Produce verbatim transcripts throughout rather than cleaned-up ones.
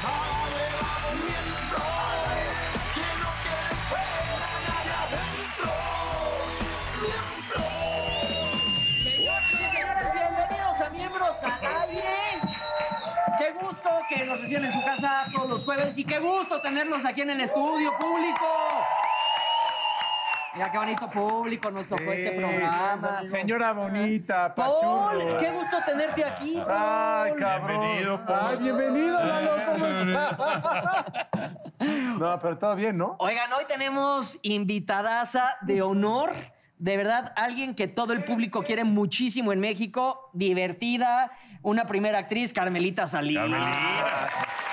Al aire. Qué gusto que nos reciban en su casa todos los jueves y qué gusto tenerlos aquí en el estudio público. Mira qué bonito público nos tocó sí, este programa. Señora bonita, Pachurro. Paul, qué gusto tenerte aquí, Paul. Ay, cabrón. Bienvenido, Paul. Ay, bienvenido, Lalo. ¿Cómo estás? No, pero todo bien, ¿no? Oigan, hoy tenemos invitadaza de honor. De verdad, alguien que todo el público quiere muchísimo en México. Divertida. Una primera actriz, Carmelita Salinas. Carmelita.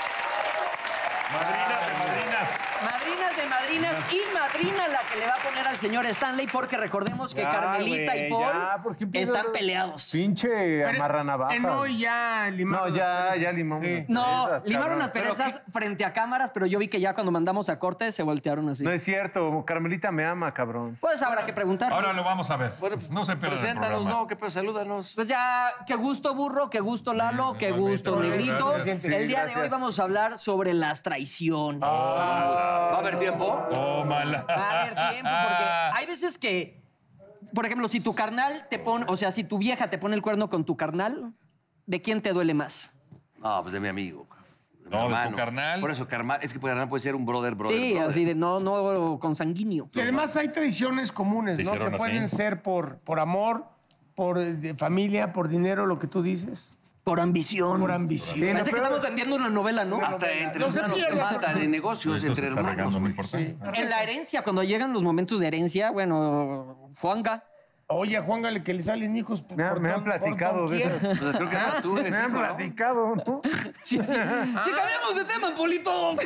Madrinas de madrinas. Madrinas de madrinas y madrina la que le va a poner al señor Stanley, porque recordemos que Ya, Carmelita güey, y Paul ya, ¿por qué empiezas están a- peleados. Pinche amarranavajas. Eh, no, ya limaron. No, ya, las perezas. ya limamos. Sí. las No, perezas, limaron cabrón. las perezas frente a cámaras, pero yo vi que ya cuando mandamos a corte se voltearon así. No es cierto, Carmelita me ama, cabrón. Pues habrá que preguntar. Ahora lo vamos a ver. Bueno, no se pierdan el preséntanos, programa. no, qué pues, salúdanos. Pues ya, qué gusto, burro, qué gusto, Lalo, qué igualmente, gusto, igualmente, negrito. gracias. El día de gracias. hoy vamos a hablar sobre las traiciones. ¿Va a haber tiempo? Tómala. Va a haber tiempo, porque hay veces que, por ejemplo, si tu carnal te pone, o sea, si tu vieja te pone el cuerno con tu carnal, ¿de quién te duele más? No, pues de mi amigo. De mi No, de tu hermano. carnal. Por eso, carnal, es que carnal puede ser un brother, brother, Sí, brother. así de no, no consanguíneo. Y además hay traiciones comunes, ¿Te ¿no? hicieron Que así? pueden ser por, por amor, por eh, de familia, por dinero, lo que tú dices. Por ambición. Por ambición. Sí, Parece no, que pero- estamos vendiendo una novela, ¿no? Hasta entre No se hermanos se pierda. matan en negocios, Esto entre se está hermanos. regando, no güey. importa. Sí. En la herencia, cuando llegan los momentos de herencia, bueno, Juanga. Oye, a Juan Gale, que le salen hijos por, Me, han- por me han don- por platicado de donquiera. eso. Entonces, creo que hasta tú eres Me han hijo, ¿no? platicado, ¿no? Sí, sí. Si cambiamos de tema, Polito.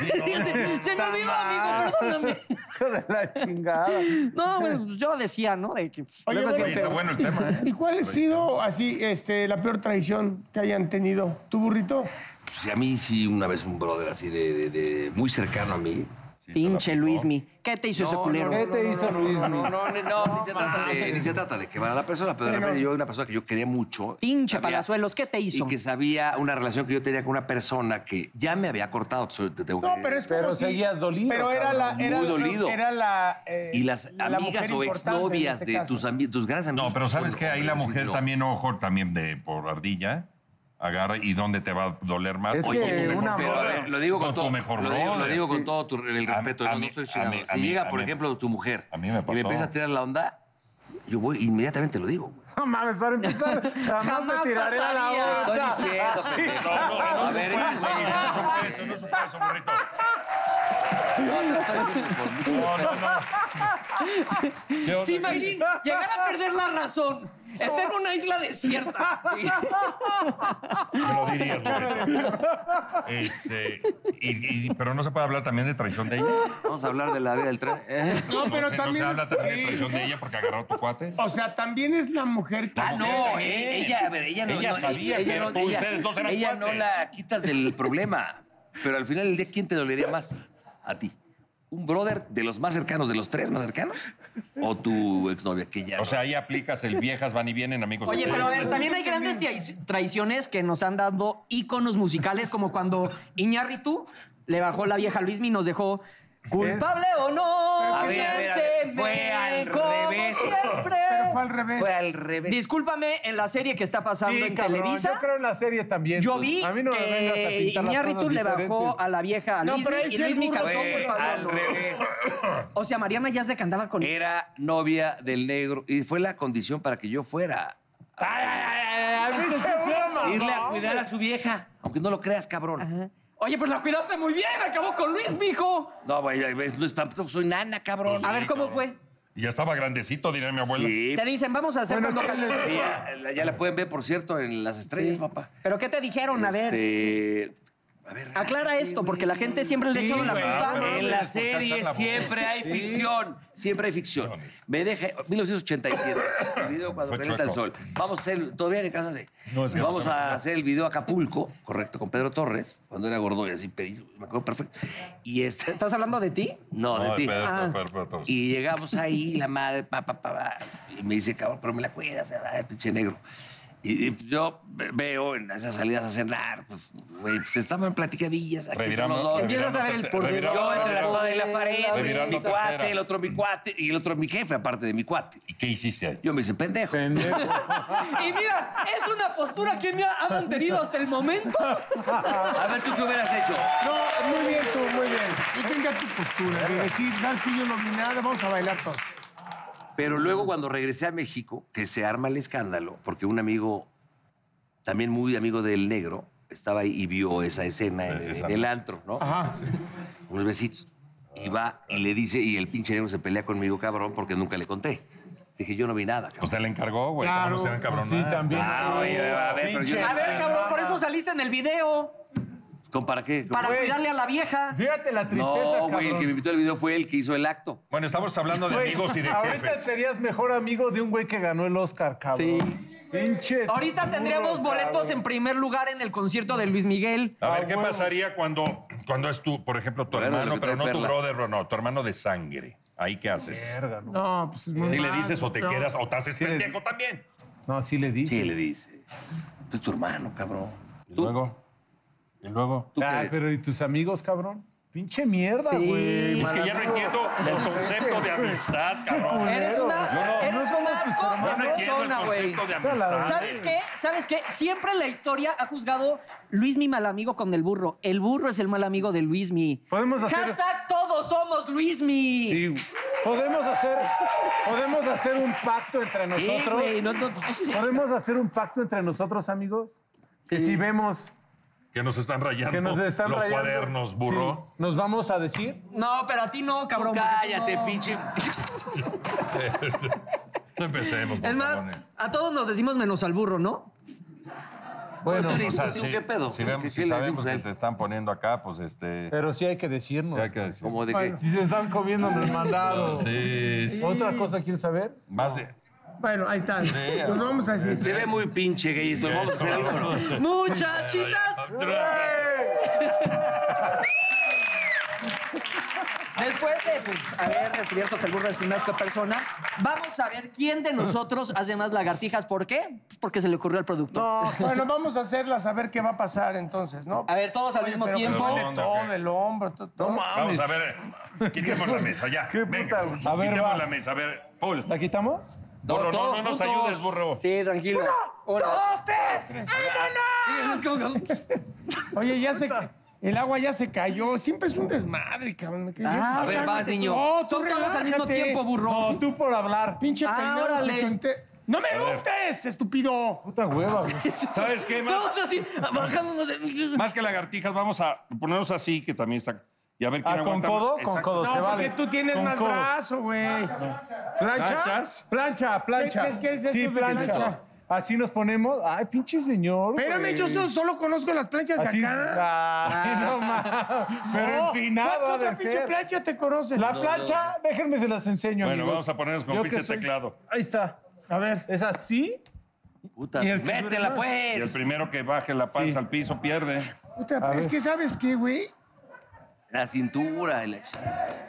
Se me olvidó, amigo, perdóname. Hijo de la chingada. No, pues, yo decía, ¿no? De que, Oye, luego es bueno, bien está feo. bueno el tema, ¿eh? ¿Y cuál ha sido así este, la peor traición que hayan tenido? ¿Tu burrito? Pues, a mí sí, una vez un brother así de, de- de- muy cercano a mí. Sí, Pinche te la Luismi. ¿Qué te hizo ese No, culero? no, ¿Qué te hizo Luis? No, no, no, ni- no, ni se trata de, ni se trata de quemar a la persona, pero de Sí, no. repente yo, una persona que yo quería mucho. Pinche sabía- palazuelos, ¿qué te hizo? Y que sabía una relación que yo tenía con una persona que ya me había cortado. soy- Te tengo No, que- pero es como Pero si- seguías dolido, Pero era la... cabrón. Era, Muy dolido. Era la... eh, Y las la amigas mujer o importante exnovias en este de caso. tus, ami- tus grandes amigos. No, pero ¿sabes son qué? Ahí la hombres, mujer no. también, ojo, también de por ardilla, agarra y dónde te va a doler más. Es Oye, que con tu una mejor Pero, a brother. ver, lo digo con, Con tu todo. mejor lo digo, lo brother, digo con sí. todo tu- el A- respeto. a no, mí- no estoy a chingando. mí- a Si mí- llega, a por mí- ejemplo, tu mujer a mí me y me pasó. empieza a tirar la onda, yo voy inmediatamente lo digo. No mames, para empezar, jamás, Jamás me tiraré a la pasaría. onda. Estoy diciendo, pendejo. No, no, no A se ver, puede, eso, güey, eso, no se puede eso, no se puede eso, burrito. No, te lo estoy diciendo por mucho No, respeto. no, no. ¿Qué onda? Sí, Mayrín, llegar a perder la razón. Está en una isla desierta. Te lo dirías, burrito. Este, y, y- pero no se puede hablar también de traición de ella. Vamos a hablar de la vida del tren. ¿eh? No, pero se, también... no se habla también sí. de traición de ella porque agarró a tu cuate. O sea, también es la mujer que... Ah, no, eh, ella, a ver, ella no... Ella no, sabía ella que no, tú- ella- ustedes dos eran ella no cuates. la quitas del problema. Pero al final del día, ¿quién te dolería más? A ti. ¿Un brother de los más cercanos, de los tres más cercanos? ¿O tu exnovia, que ya O sea, ahí aplicas el viejas van y vienen, amigos. Oye, de pero a ustedes. ver, también hay grandes trai- traiciones que nos han dado íconos musicales, como cuando Iñárritu le bajó la vieja a Luismi y nos dejó culpable o no. A ver, a ver, a ver, miénteme fue al como revés. siempre. Pero fue al revés. Fue al revés. Discúlpame, en la serie que está pasando Sí, en cabrón, Televisa, yo creo en la serie también. yo pues. vi A mí no me vengas a que pintar las Iñárritu cosas le bajó diferentes. a la vieja a No, Luismi pero ahí y sí el Luismi burro cantó Fue culpable o al no. revés. O sea, Mariana Yazbe cantaba con... Era novia del negro y fue la condición para que yo fuera. Ay, ay, ay, ay, ay, pinche broma, Irle a ¿no? cuidar a su vieja, aunque no lo creas, cabrón. Ajá. Oye, pues la cuidaste muy bien, acabó con Luis, mijo. No, güey, es- no es tampoco soy nana, cabrón. A ver, ¿cómo cabrón. fue? Y ya estaba grandecito, diría mi abuela. Sí. Te dicen, vamos a hacer cuando calientes. Ya, la- ya la pueden ver, por cierto, en las estrellas, papá. ¿Pero qué te dijeron? A ver, Este, a ver, aclara relájate, esto, güey. porque la gente siempre le Sí, echa la güey, culpa. pero- En la Por serie calzar la siempre hay ficción. Siempre hay ficción. Me deja. mil novecientos ochenta y siete. El video cuando Fue calienta el chueco. sol. Vamos a hacer. Todavía en casa de. No, es que Vamos no se me a ocurre. hacer el video Acapulco, correcto, con Pedro Torres, cuando era gordo y así pedido. Me acuerdo perfecto. Y este. ¿Estás hablando de ti? No, de No, ti. Pedro, Ah. Pedro, Pedro, Pedro. Y llegamos ahí, la madre, pa, pa, pa, pa, y me dice, cabrón, pero me la cuidas, ay, pinche negro. Y, y yo veo en esas salidas a cenar, pues, güey, pues estamos en platicadillas. Aquí entre los dos. Empiezas a ver el por revirando- Yo entre la espada y la pared, revirando mi cuate, tercera. el otro mi cuate, y el otro mi jefe, aparte de mi cuate. ¿Y qué hiciste ahí? Yo me hice pendejo. Pendejo. Y mira, es una postura que me ha ha mantenido hasta el momento. A ver, ¿tú qué hubieras hecho? No, muy bien tú, muy bien. Tú tenga tu postura de decir, sabes que yo no vi nada, vamos a bailar todos. Pero luego cuando regresé a México, que se arma el escándalo, porque un amigo, también muy amigo del negro, estaba ahí y vio esa escena en, Esa en el noche. antro, ¿no? Ajá. Unos besitos. Y va y le dice, y el pinche negro se pelea conmigo, cabrón, porque nunca le conté. Dije, yo no vi nada, cabrón. Pues te le encargó, güey. Claro, ¿Cómo no se ven cabrón? sí, también. Ah, oye, a ver, pero yo... A ver, cabrón, por eso saliste en el video. ¿Con para qué? Para cuidarle a la vieja. Fíjate la tristeza, No, güey, el que me cabrón. invitó al video fue el que hizo el acto. Bueno, estamos hablando de Güey, amigos y de ahorita jefes. serías mejor amigo de un güey que ganó el Oscar, cabrón. Sí. Pinche. Ahorita duro, tendríamos boletos cabrón. en primer lugar en el concierto de Luis Miguel. A ver, Ah, ¿qué huevos. pasaría cuando, cuando es tu, por ejemplo, tu Bueno, lo hermano, que pero trae no tu Perla. brother, no, no, tu hermano de sangre? ¿Ahí qué haces? Verga, no. No, pues es muy Si le mal. dices o te No. quedas o te haces Sí le- pendejo también. No, sí le dices. Sí, le dice. Pues tu hermano, cabrón. Y ¿Tú? luego, y luego. ¿Tú Ay, qué? pero ¿y tus amigos, cabrón? Pinche mierda, Sí. güey. Es que ya no Malandro. entiendo el concepto de amistad, cabrón. Eres una, No, no, eres no un somos tus asco hermanos. Yo no de entiendo el persona, güey. concepto de amistad. ¿Sabes qué? ¿Sabes qué? Siempre la historia ha juzgado Luismi mal amigo con el burro. El burro es el mal amigo de Luismi. Podemos hacer- Hashtag todos somos Luismi. Sí, güey. Podemos hacer, podemos hacer un pacto entre ¿Qué, nosotros. güey? No, no, no sé. ¿Podemos hacer un pacto entre nosotros, amigos? Que si vemos Que nos están rayando que nos están los rayando, cuadernos, burro. sí, nos vamos a decir. No, pero a ti no, cabrón. porque tú Cállate, no. pinche. No empecemos, por Es más, favor. a todos nos decimos menos al burro, ¿no? Bueno, tú O dices, sea, ¿contigo sí, qué pedo? Si, vemos- ¿Qué- si qué le sabemos decimos a que él? te están poniendo acá, pues este. pero sí hay que decirnos. Sí, hay que decir. Como de que... Si se están comiendo el mandado. Sí, sí. ¿Otra cosa quieres saber? Más de. Bueno, ahí está. Nos vamos a decir. Se ve muy pinche gay esto. Vamos a hacer algo. ¿No? Muchachitas. Después de pues, haber descubierto que el burro es una asco persona, vamos a ver quién de nosotros hace más lagartijas. ¿Por qué? Pues porque se le ocurrió al productor. No, bueno, vamos a hacerlas a ver qué va a pasar entonces, ¿no? A ver, todos al Oye, mismo pero tiempo. duele ¿Qué onda, todo, qué? el hombro, todo. todo. Vamos a ver. Quitemos la mesa, ya. qué Venga. puta- A ver, Quitemos va. la mesa. A ver, Paul. ¿La quitamos? Burro, no, todos no nos juntos. ayudes, burro. Sí, tranquilo. Uno, ¡Dos, tres! Es como- Oye, ya se... El agua ya se cayó. Siempre es un desmadre, cabrón. Me quedé- Ah, a ver, vas, cálmate niño. tú. No, tú Son todos al mismo relájate. tiempo, burro. No, tú por hablar. Pinche Ah, peinado órale. sesenta- ¡No me gustes, estúpido! Puta hueva, güey. ¿Sabes qué? Más, Todos así, bajándonos. de- más que lagartijas, vamos a ponernos así, que también está. Y a ver quién Ah, con aguanta. codo, con Exacto. codo, No, se porque vale. tú tienes Con más codo. brazo, güey. ¿Plancha? ¿Planchas? Plancha, plancha. ¿Qué- qué- qué es eso sí, de plancha. plancha? Así nos ponemos. Ay, pinche señor. Espérame, güey. yo so- solo conozco las planchas Así. de acá. Ay, no mames. Pero No, empinado ¿cuál ha otra de pinche ser. plancha te conoces? La plancha, déjenme se las enseño, Bueno, amigos. vamos a ponernos con Yo que pizza soy- teclado. Ahí está. A ver. Es así. Puta, Y el que métela, dure más. Y el pues. primero que baje la panza Sí. al piso pierde. Puta, A es ver. que ¿sabes qué, güey? La cintura y la ch-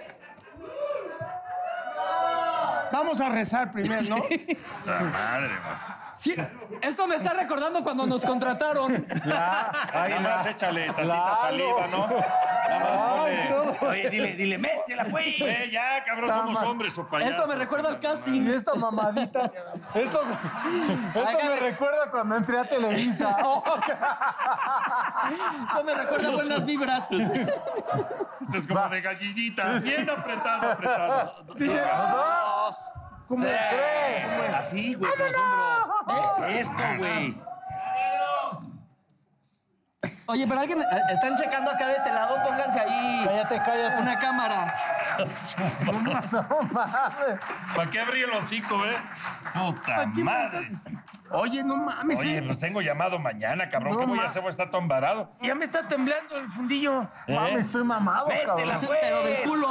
Vamos a rezar primero, ¿no? Puta madre, man. Sí, esto me está recordando cuando nos contrataron. La, ahí Nada más la. échale tantita Claro. saliva, ¿no? Nada más Ay, ponle. todo. Oye, dile, dile, métela, pues. Ve, ya, cabrón, somos Tama. hombres o payasos. Esto me recuerda al Y casting. esta mamadita. Esto, esto me recuerda cuando entré a Televisa. Oh, Esto me recuerda buenas vibras. Esto es como de gallinita. Bien apretado, apretado. Dice, Dos, como tres. Así, güey, con los hombros. Esto, güey. Oye, pero alguien. eh, Están checando acá de este lado, pónganse ahí. cállate, cállate. Una cámara. ¿Para qué abrí el hocico, eh? Puta madre. Oye, no mames, Oye, eh. los tengo llamado mañana, cabrón. No, ¿Qué voy ma- a hacer? Voy a estar todo embarado. Ya me está temblando el fundillo. Mames, estoy mamado, Métela, cabrón. pues. Pero del culo.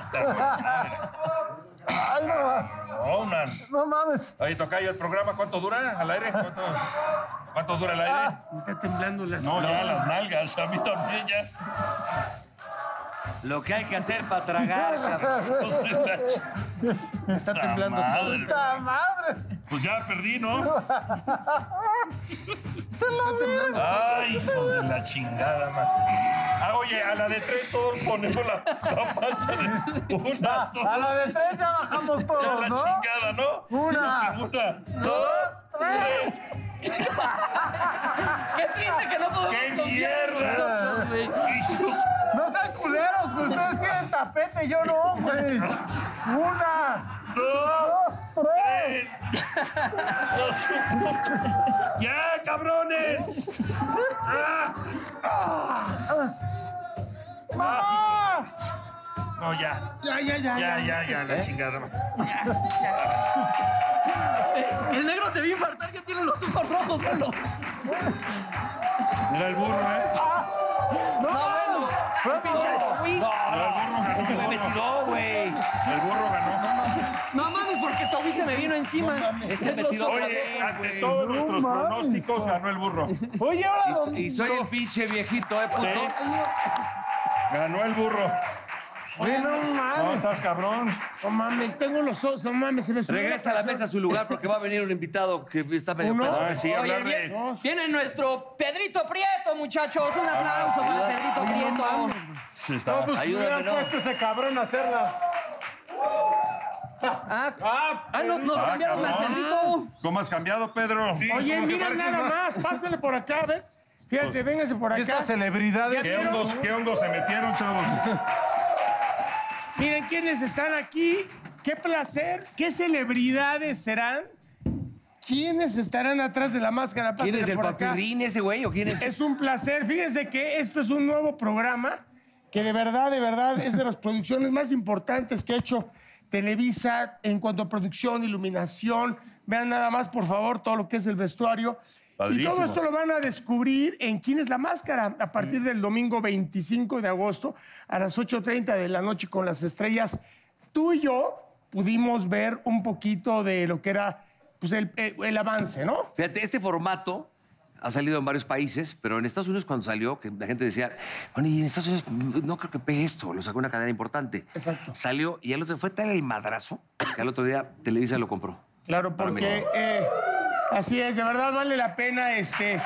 Ay, no, Oh, man. no mames. Oye, tocayo, ¿el programa cuánto dura al aire? ¿Cuánto, cuánto dura el aire? Me está temblando la... No, ya las nalgas. A mí también ya. Lo que hay que hacer para tragar, cabrón. No sé, la ch- Me está temblando todo. madre. ¡Puta madre, Pues ya perdí, ¿no? Ay, hijos de la chingada, man. Ah, oye, a la de tres todos ponemos la, la panza de una, dos. A la de tres ya bajamos Ya todos, la ¿no? chingada, ¿no? Una, Una, dos, tres. ¡Qué triste que no podemos ¡Qué confiar en mierda! nosotros, güey! Hijos. no sean culeros, güey. Ustedes tienen tapete, yo no, güey. Una, Dos, dos, tres. dos, su puta. ¡Ya, cabrones! ¡Ah! ¡Mamá! No, ya. Ya, ya, ya. Ya, ya, ya, la chingada. El negro se va a infartar, que tiene los ojos rojos, velo. Mira el burro, ¿eh? No, bueno. ¡Fue pinche! Uy, Mira, el burro ganó. Me El burro. tiró, güey. El burro ganó. no mames, porque Toby se me vino encima. Este me Los tiró. ojos Oye, rojos, ante güey. todos nuestros mames, pronósticos cabrón. ganó el burro. Oye, ahora... Y, y soy el pinche viejito, ¿eh, puto? Sí. Ganó el burro. Oye, no No, mames. estás cabrón. No mames, tengo los ojos, no mames, se me subió Regresa a la mesa a su lugar porque va a venir un invitado que está medio Uno. pedo. Ay, sí, Oye, hablar bien- de... Dos. viene nuestro Pedrito Prieto, muchachos. Un aplauso para Pedrito Prieto. Sí, No, está. pues Ayúdame, hubieran ¿no? puesto ese cabrón a hacerlas. Ah, Ah, ah, no, nos Ah, cambiaron al cabrón. Pedrito. ¿Cómo has cambiado, Pedro? Oye, ¿Cómo que mira pareces nada más? más, pásale por acá, a ver. Fíjate, véngase por acá. estas celebridades... ¿Qué hongos, ¿Qué hongos se metieron, chavos? Miren quiénes están aquí. Qué placer, qué celebridades serán. ¿Quiénes estarán atrás de la máscara? ¿Quién Pásenle es el por acá. papirrín ese güey o quién es? Es un placer. Fíjense que esto es un nuevo programa que de verdad, de verdad, es de las producciones más importantes que ha hecho Televisa en cuanto a producción, iluminación. Vean nada más, por favor, todo lo que es el vestuario. Y Padrísimo. todo esto lo van a descubrir en ¿Quién es la máscara? A partir del domingo veinticinco de agosto a las ocho treinta de la noche con las estrellas. Tú y yo pudimos ver un poquito de lo que era pues, el, el- el avance, ¿no? Fíjate, este formato ha salido en varios países, pero en Estados Unidos cuando salió, que la gente decía, bueno, y en Estados Unidos no creo que pegue esto, lo sacó una cadena importante. Exacto. Salió y al otro fue tal el madrazo que al otro día Televisa lo compró. Claro, Para porque mí. eh, así es, de verdad vale la pena este.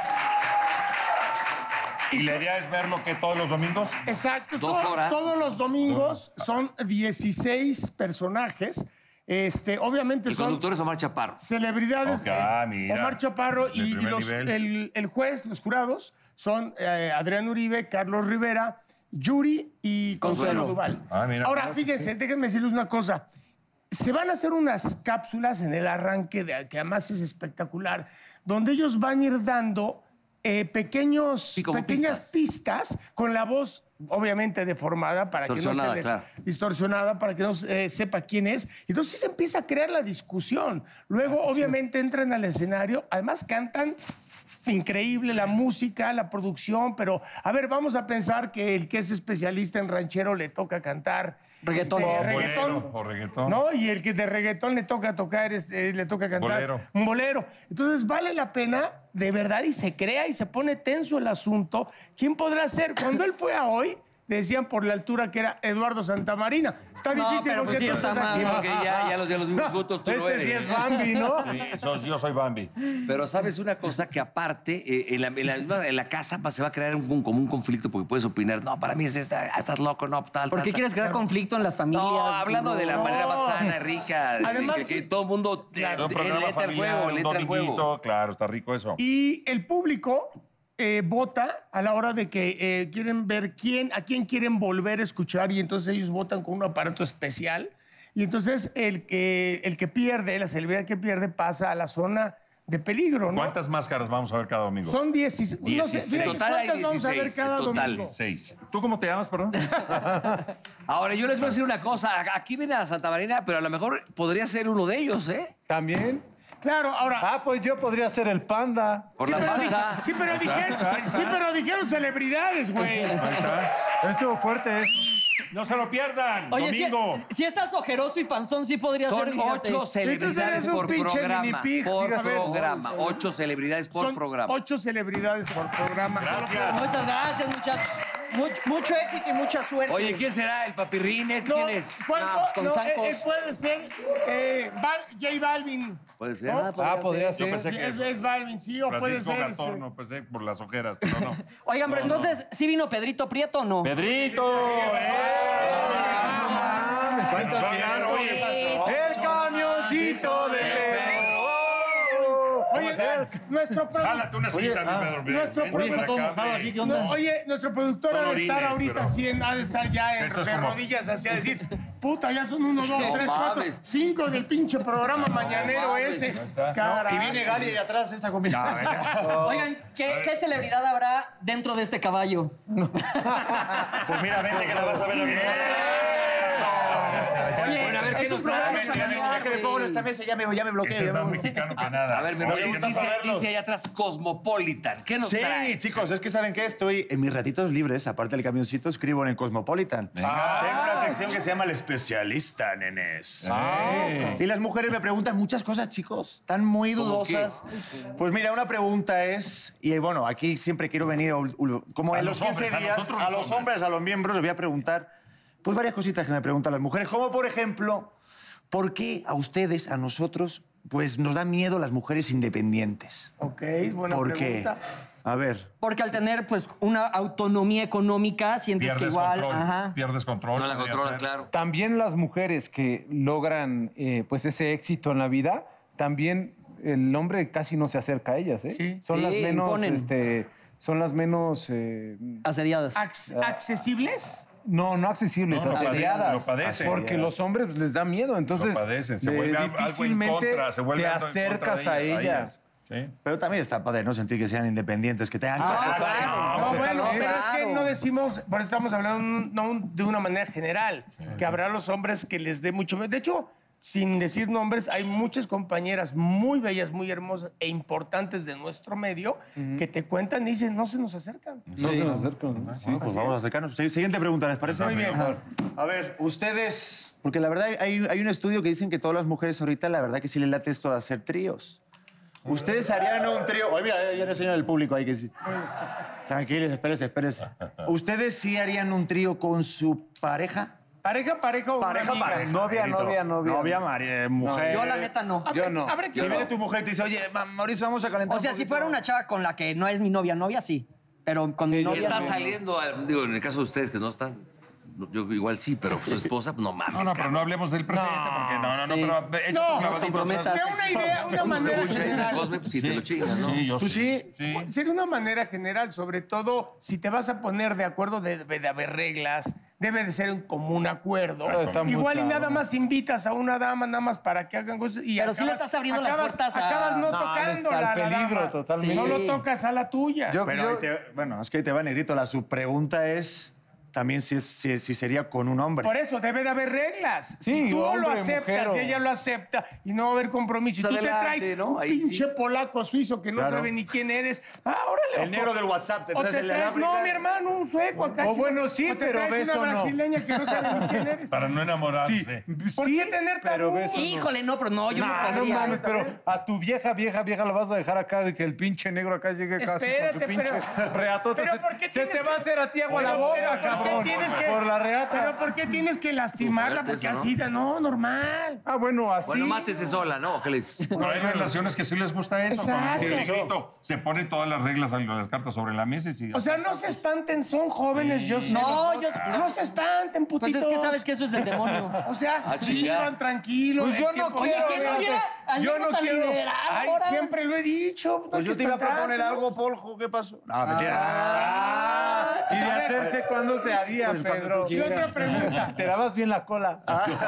¿Y la idea es verlo que todos los domingos? Exacto, Dos todo- horas. todos los domingos son dieciséis personajes. Este, obviamente El son conductor es Omar Chaparro. celebridades. Ok, ah, eh, mira. Omar Chaparro De y, y primer los- nivel. el, el juez, los jurados, son eh, Adrián Uribe, Carlos Rivera, Yuri y Consuelo, Consuelo. Duval. Ah, mira. Ahora, fíjense, déjenme decirles una cosa. Se van a hacer unas cápsulas en el arranque, de, que además es espectacular, donde ellos van a ir dando eh, pequeños, Sí, como pequeñas pistas. con la voz, obviamente, deformada para que no se Distorsionada, les, claro. distorsionada, para que no se, eh, sepa quién es. Entonces se empieza a crear la discusión. Luego, obviamente, entran al escenario, además cantan increíble la música, la producción, pero a ver, vamos a pensar que el que es especialista en ranchero le toca cantar Reggaetón. este, O reggaetón, bolero, o reggaetón. ¿no? Y el que de reggaetón le toca tocar, este, le toca cantar Bolero. un bolero. Entonces vale la pena, de verdad, y se crea y se pone tenso el asunto. ¿Quién podrá ser? Cuando él fue a hoy, decían por la altura que era Eduardo Santamarina. Está No, difícil pero porque pues sí tú está estás más- aquí. Sí, porque ya, ya los de los mismos gustos tú lo Este eres. sí es Bambi, ¿no? Sí, sos- yo soy Bambi. Pero sabes una cosa que aparte, eh, en, la, en la misma- en la casa va- se va a crear un, un- como un conflicto porque puedes opinar, no, para mí es esta, ah, estás loco, no, tal, ¿Por tal, qué tal". quieres crear conflicto en las familias? No, hablando de la No. manera más sana, rica, de- Además que, que que- todo el mundo eh, Es un le programa entra al familiar, juego, un le entra al juego. dominguito, claro, está rico eso. Y el público eh, vota a la hora de que eh, quieren ver quién, a quién quieren volver a escuchar y entonces ellos votan con un aparato especial. Y entonces el que, el que pierde, la celebridad que pierde, pasa a la zona de peligro, ¿no? ¿Cuántas máscaras vamos a ver cada domingo? Son dieciséis. No sé, dieciséis. fíjate, En total hay ¿cuántas vamos a ver dieciséis, cada en total. domingo? Seis. ¿Tú cómo te llamas, perdón? Ahora, yo les voy a decir una cosa. Aquí viene a Santa Marina, pero a lo mejor podría ser uno de ellos, ¿eh? También. Claro, ahora. Ah, pues yo podría ser el panda. Por la pero dije- panza. sí, pero dijeron, sí, pero dijeron celebridades, güey. Ahí está. Estuvo fuerte eso. No se lo pierdan. Oye, si, domingo. si estás ojeroso y panzón, sí podría ser. Son fíjate. ocho celebridades eres un por pinche programa. minipig, Por fíjate. programa. Ocho celebridades por Son programa. ocho celebridades por programa. Gracias. Muchas gracias, muchachos. Mucho, mucho éxito y mucha suerte. Oye, ¿quién será? ¿El papirrín? ¿Este No, quién es? ¿cuánto? No, con No, zancos. eh, eh, puede ser eh, Val- J Balvin. Puede ser. ¿No? Ah, podría Yo ser. pensé que Es, es Balvin, sí, o puede Francisco ser. Gatorno, este, no pensé por las ojeras, pero no. Oigan, pero entonces, ¿sí vino Pedrito Prieto o no? ¡Pedrito! ¿Cuánto tiempo? ¡El camioncito de Oye, nuestro produ- Jálate una cita, mi Pedro. ven, nuestro ven, Oye, ven está acá, todo mojado ven. aquí, ¿qué no, onda? oye, nuestro productor Son ha de estar orines, ahorita pero- así, en- ha de estar ya en, Esto es de como- rodillas así a decir, puta, ya son uno, dos, No tres, cuatro, mames. cinco del pinche programa mañanero mames. ese. está. Caray. Y viene Gali ahí atrás esta combinación. Oigan, ¿qué, ¿qué celebridad habrá dentro de este caballo? Pues mira, vente que la vas a ver ahorita. Oye, Bueno, a ver, ¿qué es nos un trae? programa A ver, mira, mira, familiar, que le pongo en güey. esta mesa y ya me, ya me bloqueo. Este ya es me más bloqueo. mexicano que nada. A ver, me Oye, dice, ¿qué pasa? verlos. dice ahí atrás Cosmopolitan. ¿Qué nos Sí, trae? chicos, es que ¿saben qué? Estoy en mis ratitos libres, aparte del camioncito, escribo en el Cosmopolitan. Tengo una sección que se llama El Especialista, nenes. Y las mujeres me preguntan muchas cosas, chicos, están muy dudosas. Pues mira, una pregunta es, y bueno, aquí siempre quiero venir, a ul- ul- como A en los los quince hombres, a días, nosotros a los los hombres. hombres, a los miembros, les voy a preguntar, pues varias cositas que me preguntan las mujeres, como por ejemplo, ¿por qué a ustedes, a nosotros, pues nos da miedo las mujeres independientes? Ok, buena ¿Por qué? pregunta. A ver. Porque al tener pues una autonomía económica, sientes que Pierdes igual. control. Ajá. Pierdes control. No la podría controlas, ser. claro. También las mujeres que logran eh, pues ese éxito en la vida, también el hombre casi no se acerca a ellas, ¿eh? Sí. Son Sí, las menos, imponen. este, son las menos, eh, Asediadas. Acc- ¿Accesibles? no, no accesibles, No, lo asediadas. padecen, lo padecen. Porque los hombres pues, les da miedo, entonces Lo padecen, se eh, vuelve algo en difícilmente contra, se vuelve te algo en contra acercas de a ellas, ellas. Sí. Pero también está padre, ¿no? Sentir que sean independientes, que tengan... Ah, claro. No, bueno, claro. pero es que Claro. no decimos, por eso estamos hablando un- no un- de una manera general, que habrá los hombres que les dé mucho miedo. De hecho, sin decir nombres, hay muchas compañeras muy bellas, muy hermosas e importantes de nuestro medio que te cuentan y dicen, no se nos acercan. No se nos acercan. ¿no? Sí, pues vamos a acercarnos. Sí, siguiente pregunta, ¿les parece? Muy bien. A ver, ustedes... Porque la verdad hay, hay un estudio que dicen que todas las mujeres ahorita, la verdad que sí les late esto de hacer tríos. ¿Ustedes harían un trío? Oye, mira, ya le enseño al público ahí que sí. Tranquilos, espérense, espérense. ¿Ustedes sí harían un trío con su pareja? Pareja, pareja o una Pareja, amiga. pareja. Novia, Negrito. novia, novia. Novia, mari- eh, mujer. Yo la neta no. Habrá Yo que- no. habrá que- Si viene tu mujer y te dice, oye, ma- Mauricio, vamos a calentar O sea, un si poquito. fuera una chava con la que no es mi novia, novia sí. Pero con mi yo novia. Está no. saliendo, eh, digo, en el caso de ustedes que no están, yo igual sí, pero su esposa, pues, no mames. No, no, pero cabrón. no hablemos del presente, porque no, no, no, Sí. pero echa No, tu no clavadito. comprometas. De una idea, una manera Escucha, dice general. Cosme, pues sí, te lo chingas, ¿no? Sí, yo ¿Tú sí. sí? Sí. Sería una manera general, sobre todo si te vas a poner de acuerdo, debe de haber reglas, debe de ser un común acuerdo. Claro, está muy Igual y claro. nada más invitas a una dama nada más para que hagan cosas y Pero sí le estás abriendo las acabas- puertas a- acabas no, No, tocando está la, al la peligro dama. totalmente. Solo Sí. tocas a la tuya. Yo- Pero ahí te- bueno, es que ahí te va, Negrito. La subpregunta es también si, es, si, si sería con un hombre. Por eso debe de haber reglas. Sí, si tú hombre, lo aceptas mujer o- y ella lo acepta y no va a haber compromiso, y Pues tú te adelante, traes ¿no? un Ahí pinche sí. polaco suizo que no Claro. sabe ni quién eres, ah, órale. El o- negro del WhatsApp, te o traes el de traes, África. no, mi hermano, un sueco acá. O chico. bueno, sí, O te pero traes beso una no. brasileña que no sabe ni quién eres. Para no enamorarse. ¿Por qué tener pero tabú? beso no. Híjole, no, pero no, yo Nah, no no podría. mames, pero a tu vieja, vieja, vieja la vas a dejar acá de que el pinche negro acá llegue casi Espérate, con su pinche pero- reatota. pero Se, ¿por qué se tienes te va a que- hacer a ti agua la Pero- boca, pero ¿por qué cabrón. tienes que- Por la reata. Pero ¿por qué tienes que lastimarla? Pues, Porque eso, ¿no? así, no, normal. Ah, bueno, así. Bueno, mátese sola, ¿no? ¿Qué le dices? Pero hay relaciones que sí les gusta eso. Exacto. Como dice el Negrito, se ponen todas las reglas, las cartas sobre la mesa y sí. O sea, no se espanten, son jóvenes, yo sé. No, los- yo- No se espanten, Pues putitos. es que sabes que eso es del demonio. O sea, Ah, chinga. vivan tranquilos. Pues yo el no tiempo- Oye, quiero, ¿quién no fíjate. viera al Yo negro no tan quiero. liberado Ay, ahora? siempre lo he dicho. no hay Pues yo que te iba a espantarse. proponer algo, Poljo. ¿Qué pasó? No, mentira. Ah, y de A ver. hacerse cuando se haría, Pues cuando Pedro. tú ¿Qué otra pregunta? Te lavas bien la cola.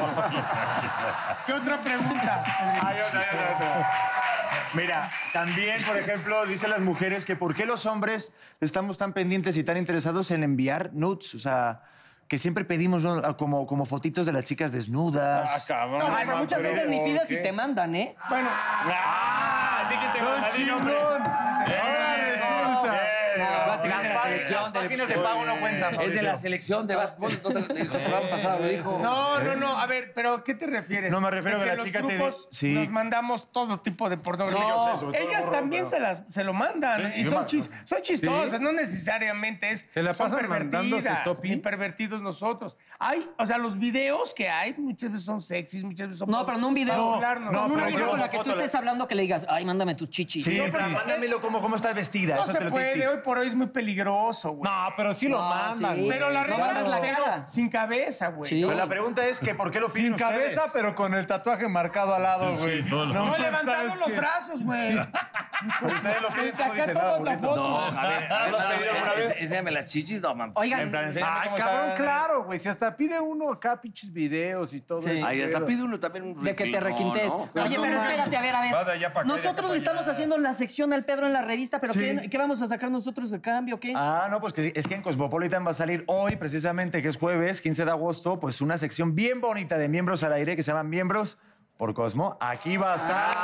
¿Qué otra pregunta? Hay otra, hay otra, hay otra. Mira, también, por ejemplo, dicen las mujeres que por qué los hombres estamos tan pendientes y tan interesados en enviar nudes. O sea, que siempre pedimos, ¿no? como, como fotitos de las chicas desnudas. Ah, cabrón. No, pero muchas veces ni pides y te mandan, ¿eh? Bueno, ¡Ah! Di que te ¡Don mandaría, chingón! hombre. Ahora resulta. Las partes selección las páginas de pago no cuentan, Es de Mauricio. la selección de básquetbol. No te- El programa pasado lo dijo. No, no, no. A ver, pero ¿a qué te refieres? No, me refiero De que la los chica te di- grupos sí. nos mandamos todo tipo de pornografía. Sí, yo sé, sobre todo ellas porno, también pero- se, las, se lo mandan. y son, chis- son chistosas, no necesariamente es. Se la son pasan mandando su pervertidas, topping. ni pervertidos nosotros. Hay, o sea, los videos que hay muchas veces son sexys, muchas veces son. No, pero no un video. para burlarnos. con una pero vieja yo- con la que tú foto, la- estés hablando que le digas, ay, mándame tus chichis. Sí, pero mándamelo como cómo estás vestida. No eso se te lo puede, tiene- hoy por hoy es muy peligroso, güey. No, pero sí lo No, mandan. sí. güey. Pero la No regla mandas la pero cara. sin cabeza, güey. Sí. Pero la pregunta es que ¿por qué lo piden Sin cabeza, ustedes? pero con el tatuaje marcado al lado, güey. no, no. No, pues, levantando ¿sabes los qué? brazos, güey. Ustedes lo piden, De no acá dicen nada, tomas la bonito. foto. No, a ver, a ver, lo has no, pedido alguna eh, vez? enséñame las chichis, no, mamá. Oigan, En plan, enséñame Ay, cómo cabrón, está. claro, güey. Si hasta pide uno acá pinches videos y todo Sí. eso. Ahí hasta pero- pide uno también un de que te refil- requintes. no, no. Oye, pero espérate, a ver, a ver. Va de allá para acá y de acá Nosotros para le estamos allá. haciendo la sección al Pedro en la revista, pero Sí. ¿qué, qué vamos a sacar nosotros de cambio? ¿Qué? Ah, no, pues que es que en Cosmopolitan va a salir hoy, precisamente, que es jueves, quince de agosto, pues una sección bien bonita de miembros al aire que se llaman Miembros por Cosmo. Aquí va a estar.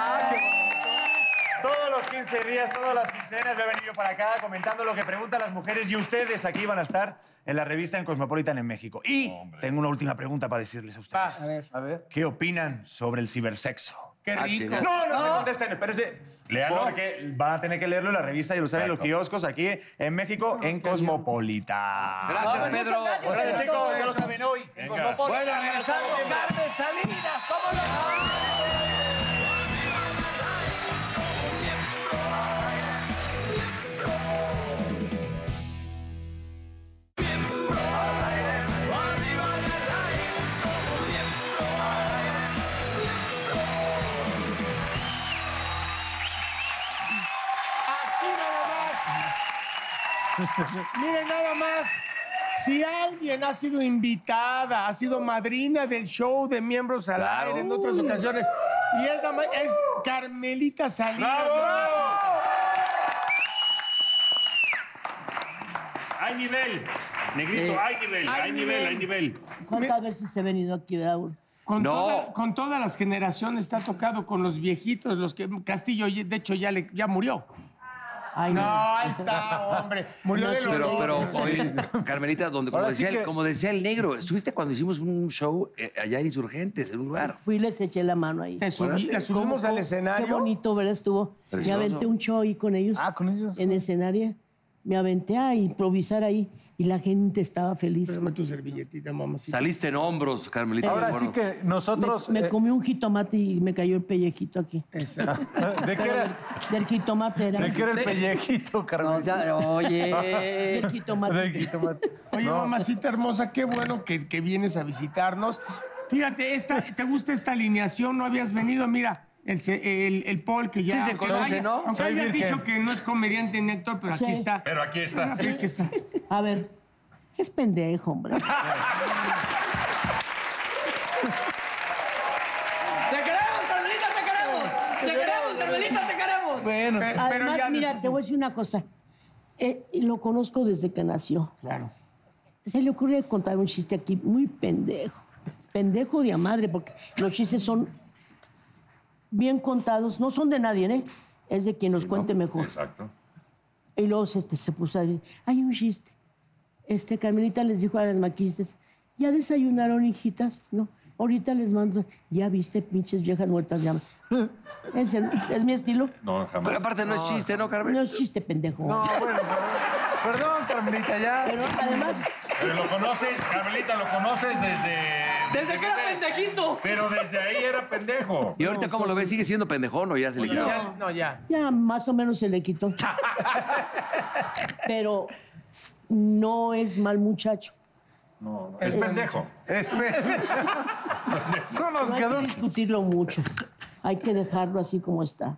Todos los quince días, todas las quincenas, me he venido para acá comentando lo que preguntan las mujeres y ustedes aquí van a estar en la revista en Cosmopolitan en México. Y tengo una última pregunta para decirles a ustedes. A ver. A ver. ¿Qué opinan sobre el cibersexo? Qué Ah, rico. chinga. No, no, no contesten, espérense. Léalo. Porque van a tener que leerlo en la revista y lo saben en los kioscos aquí en México, en Cosmopolitan. Gracias, Muchas Pedro. gracias, Gracias, Pedro. chicos. Ya lo saben hoy. En Venga. Cosmopolitan. Bueno, regresamos. Carmen Salinas, ¿cómo no? Así nada más. Miren nada más. Si alguien ha sido invitada, ha sido madrina del show de Miembros al Claro. Aire en otras ocasiones, y es, la ma- es Carmelita Salinas. Hay nivel. Negrito, hay nivel, Hay hay nivel, hay nivel. ¿Cuántas veces he venido aquí, Raúl? Con, No. toda- con todas las generaciones está tocado con los viejitos, los que Castillo, de hecho, ya, le, ya murió. Ay, No, ahí está, hombre. Murió de los Pero, pero, dos. oye, Carmelita, donde, como, Ahora sí decía, el- que- como decía el negro, estuviste cuando hicimos un show eh, allá en Insurgentes, en un lugar. Fui y les eché la mano ahí. Te subí, la subimos al Qué escenario. bonito, ¿verdad? Estuvo. Precioso. Me aventé un show ahí con ellos. Ah, con ellos. En escenario. Me aventé a improvisar ahí y la gente estaba feliz. Dame tu servilletita, mamacita. Saliste en hombros, Carmelita. Ahora Bueno, sí que Me, nosotros... me eh, comí un jitomate y me cayó el pellejito aquí. Exacto. ¿De qué era, Del jitomate era. de qué era el pellejito, Carmen? No, o sea, oye. Del jitomate. Del jitomate. Oye, mamacita hermosa, qué bueno que, que vienes a visitarnos. Fíjate, esta, ¿te gusta esta alineación? No habías venido, mira, el, se- el, el Paul que ya... Sí se aunque conoce, haya- ¿no? Aunque Soy hayas virgen. dicho que no es comediante ni actor, pero aquí Sí. está. Pero aquí está. Sí, aquí está. A ver, es pendejo, hombre. ¡Te queremos, Carmelita, te queremos! ¡Te queremos, Carmelita, te queremos! Bueno, Pe- pero Además, ya mira, después- te voy a decir una cosa. Eh, lo conozco desde que nació. Claro. Se le ocurre contar un chiste aquí muy pendejo. Pendejo de a madre, porque los chistes son bien contados. No son de nadie, ¿eh? Es de quien los cuente mejor. Exacto. Y luego este, se puso a decir, hay un chiste. Este, Carmelita les dijo a las maquistas, ¿ya desayunaron, hijitas? No, ahorita les mando, ¿ya viste, pinches viejas muertas? Ya. Es, el- es mi estilo. No, jamás. Pero aparte no es chiste, ¿no, Carmen? No es chiste pendejo. no, bueno, perdón, perdón, Carmelita, ya. Pero además, Pero lo conoces, Carmelita, lo conoces desde... ¡Desde que era pendejito! Pero desde ahí era pendejo. ¿Y ahorita cómo lo ves? ¿Sigue siendo pendejón o ya se le quitó? Ya, no, ya. ya más o menos se le quitó. Pero no es mal muchacho. Es pendejo. Espera. No nos No hay quedó. que discutirlo mucho. Hay que dejarlo así como está.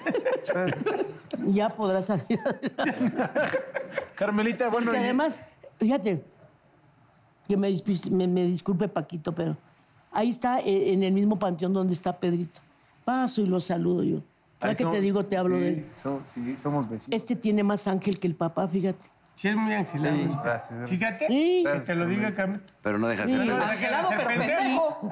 Ya podrá salir adelante. Carmelita, bueno, Porque y- además, fíjate, que me, dispi- me- me disculpe Paquito, pero ahí está eh, en el mismo panteón donde está Pedrito. Paso y lo saludo yo. Ya Ahí que te somos- digo, te hablo sí, de él. so- sí, somos vecinos. Este tiene más ángel que el papá, fíjate. Sí, es muy angelado. Sí, este. gracias. Fíjate, Sí. que te lo diga, Carmen. Pero no deja de ser Sí. pendejo. Angelado, pero pendejo.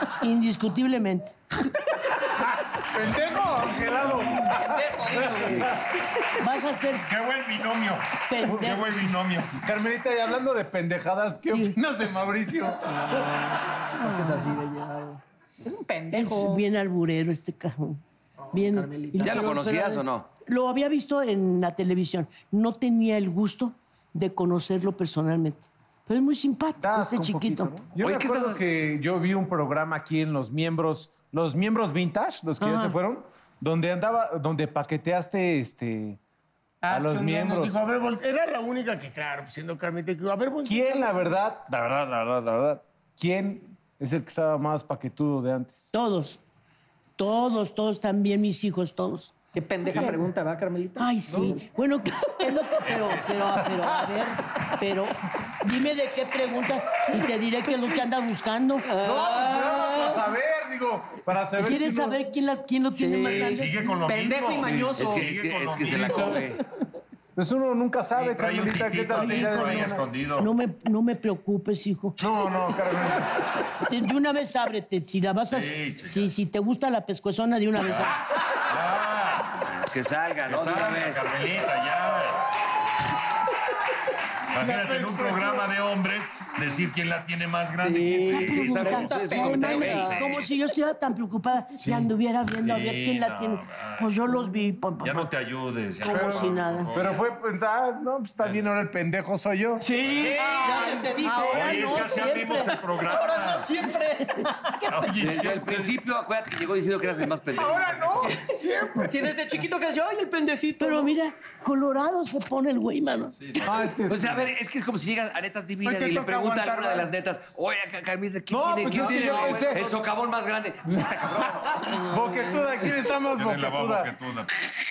Indiscutiblemente. ¡Pendejo! ¡Angelado! Pendejo, digo, güey. Vas a ser Qué buen binomio. pendejo. Qué buen binomio. Carmelita, y hablando de pendejadas, ¿qué Sí. opinas de Mauricio? Porque es así de llevado. Es un Es pendejo. bien alburero este cajón. Bien. Carmelita. y- ¿Ya lo pero- conocías pero- o no? Lo había visto en la televisión. No tenía el gusto de conocerlo personalmente. Pero es muy simpático Das ese un chiquito. poquito, ¿no? Yo Oye, me ¿qué acuerdo estás- que yo vi un programa aquí en Los Miembros, Los Miembros Vintage, los que ya Ajá. se fueron, donde andaba, donde paqueteaste este, Ah, a es que los un día miembros. nos dijo, a ver, vol- era la única que, claro, siendo Carmelita, que dijo, a ver, voltea. ¿Quién, la verdad, la verdad, la verdad, la verdad, quién es el que estaba más paquetudo de antes? Todos. Todos, todos también, mis hijos, todos. Qué pendeja pregunta, ¿va, Carmelita? Ay, sí. Bueno, ¿qué es lo que, pero, pero, pero, a ver, pero, dime de qué preguntas y te diré qué es lo que andas buscando. No, pues nada más para saber, digo, para saber ¿Quieres si no- saber quién, la, quién lo tiene más grande? Sigue con lo Pendejo mismo. y mañoso. Es que, Sigue es que, con es lo que se la mismo. come. Pues uno nunca sabe, Trae un Carmelita, qué pitito tal así si ya de por ahí mañana- escondido. No me, no me preocupes, hijo. No, no, Carmelita. De, de una vez ábrete. Si la vas a. Sí, chica. si, si te gusta la pescuezona, de una vez ábrete. Que salga, ¿no? De una Salga, vez. Carmelita, ya. Imagínate en un programa de hombres decir quién la tiene más grande. ¿Quién Esa se- sí, está bien, pregunta, sí, sí, ay, comentario mami, ese. como si yo estuviera tan preocupada y anduvieras viendo a ver Sí, quién la no, tiene. ay. Pues yo los vi. pa- pa- Ya pa- no te ayudes. ya. Como si nada. Pero fue, pues, ah, no, pues está bien, ahora el pendejo soy yo. Sí, ya se te dijo. Ahora Oye, es no, que así siempre. abrimos el programa. Ahora no siempre. Oye, Desde el siempre- principio, acuérdate que llegó diciendo que eras el más pendejo. Ahora no, siempre. Sí, desde chiquito que decía, ay, el pendejito. Pero mira, colorado se pone el güey, mano. Ah, es que... Pues a ver, es que es como si llegan a netas divinas Hoy te y le toca pregunta a aguantar, alguna de ¿verdad? las netas, oye, Ca- Carmelita, ¿quién No, tiene, pues quién es que tiene yo el, pensé- el socavón más grande? Pues está cabrón. Boquetuda, ¿quién está más Tiene la voz boquetuda? boquetuda.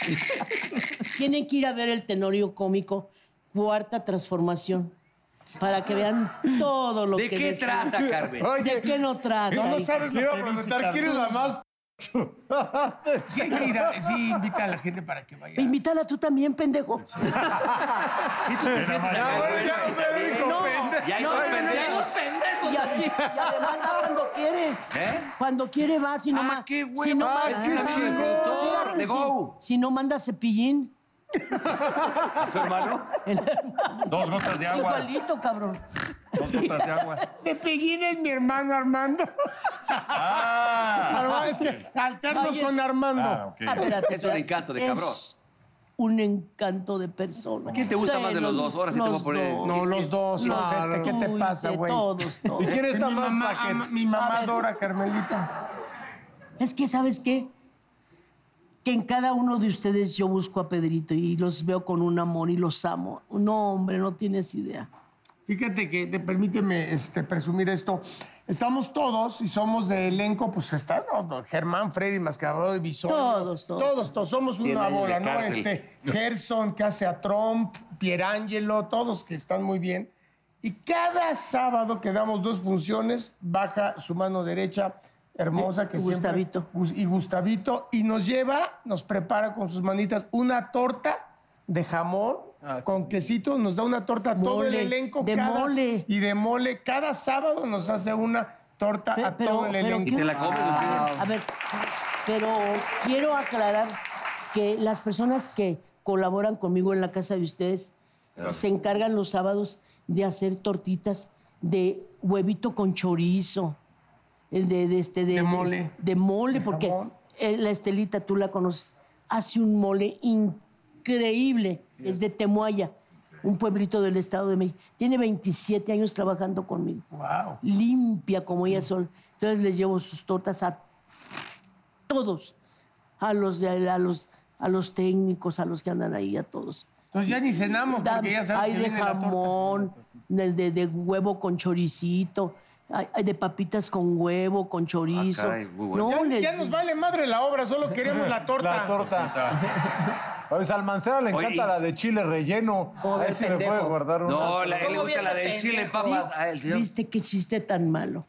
Tienen que ir a ver el Tenorio Cómico, Cuarta Transformación, para que vean todo lo ¿De que... qué les- trata, Carmen? ¿De Oye, qué no trata? No, no hija? sabes le lo iba a que dice preguntar, ¿quién es la Carmen. más... Sí, hay que ir a- sí, invita a la gente para que vaya. Invítala tú también, pendejo. Sí, tú te sientes más- acá, Ya, güey. ya no sé, Bien. dijo, No, Y hay no, dos no, no, pendejos. Y, a- y además va cuando quiere. ¿Eh? Cuando quiere va, si no Ah, ma- qué si hueva. no Ah, ma- es que es amigo del productor, claro que de sí. Go. Si no manda cepillín, ¿A su hermano? el hermano. Dos gotas de Es agua. igualito, cabrón. Dos gotas de agua. Cepillín es mi hermano Armando. Ah. Armando, es que alterno Ay, con es- Armando. Ah, ok. Espérate, Es un encanto de cabrón. Es un encanto de persona. ¿Quién te gusta más de los dos? Ahora sí te voy a los poner- dos. No, los dos, Los ojete, ¿qué te Uy, pasa, de güey? Todos, todos. ¿Y quién Es está mi más mamá, paquete? ama- mi mamá A ver. adora a Carmelita. Es que, ¿sabes qué? Que en cada uno de ustedes yo busco a Pedrito y los veo con un amor y los amo. No, hombre, no tienes idea. Fíjate que, te, permíteme este, presumir esto. Estamos todos y somos de elenco, pues está no, no, Germán, Freddy, Mascarado y Bisoño. Todos, todos. Todos, todos. Somos Cien una años de bola, ¿no? cárcel. Este, Gerson, que hace a Trump, Pierangelo, todos que están muy bien. Y cada sábado que damos dos funciones, baja su mano derecha, hermosa, que Gustavito. siempre... Gus- Y Gustavito, y nos lleva, nos prepara con sus manitas una torta de jamón con quesito, nos da una torta a todo el Mole, elenco. de cada- mole. Y de mole. Cada sábado nos hace una torta Pe- a todo el elenco. ¿Y te la comes o qué? A ver, pero quiero aclarar que las personas que colaboran conmigo en la casa de ustedes se encargan los sábados de hacer tortitas de huevito con chorizo, el de, de este de, De mole. de mole, De porque jamón. eh, la Estelita tú la conoces, hace un mole increíble, es de Temuaya, un pueblito del Estado de México. Tiene veintisiete años trabajando conmigo. Wow. Limpia como ella son. Entonces les llevo sus tortas a todos, a los, de, a los, a los técnicos, a los que andan ahí, a todos. Entonces ya ni cenamos Da- porque ya sabes hay que de viene la torta. jamón, de, de- de huevo con choricito, hay, hay de papitas con huevo, con chorizo. caray, muy bueno. No, Ya, les- ya nos vale madre la obra, solo queremos la torta. La torta. A ver, Salmancera le Oye, encanta y- la de chile relleno. A Joder, ver si me pendejo. puede guardar una. No, la, él le ¿Cómo gusta vi la este del chile en pendejo? papas. A él, señor. ¿Viste qué chiste tan malo?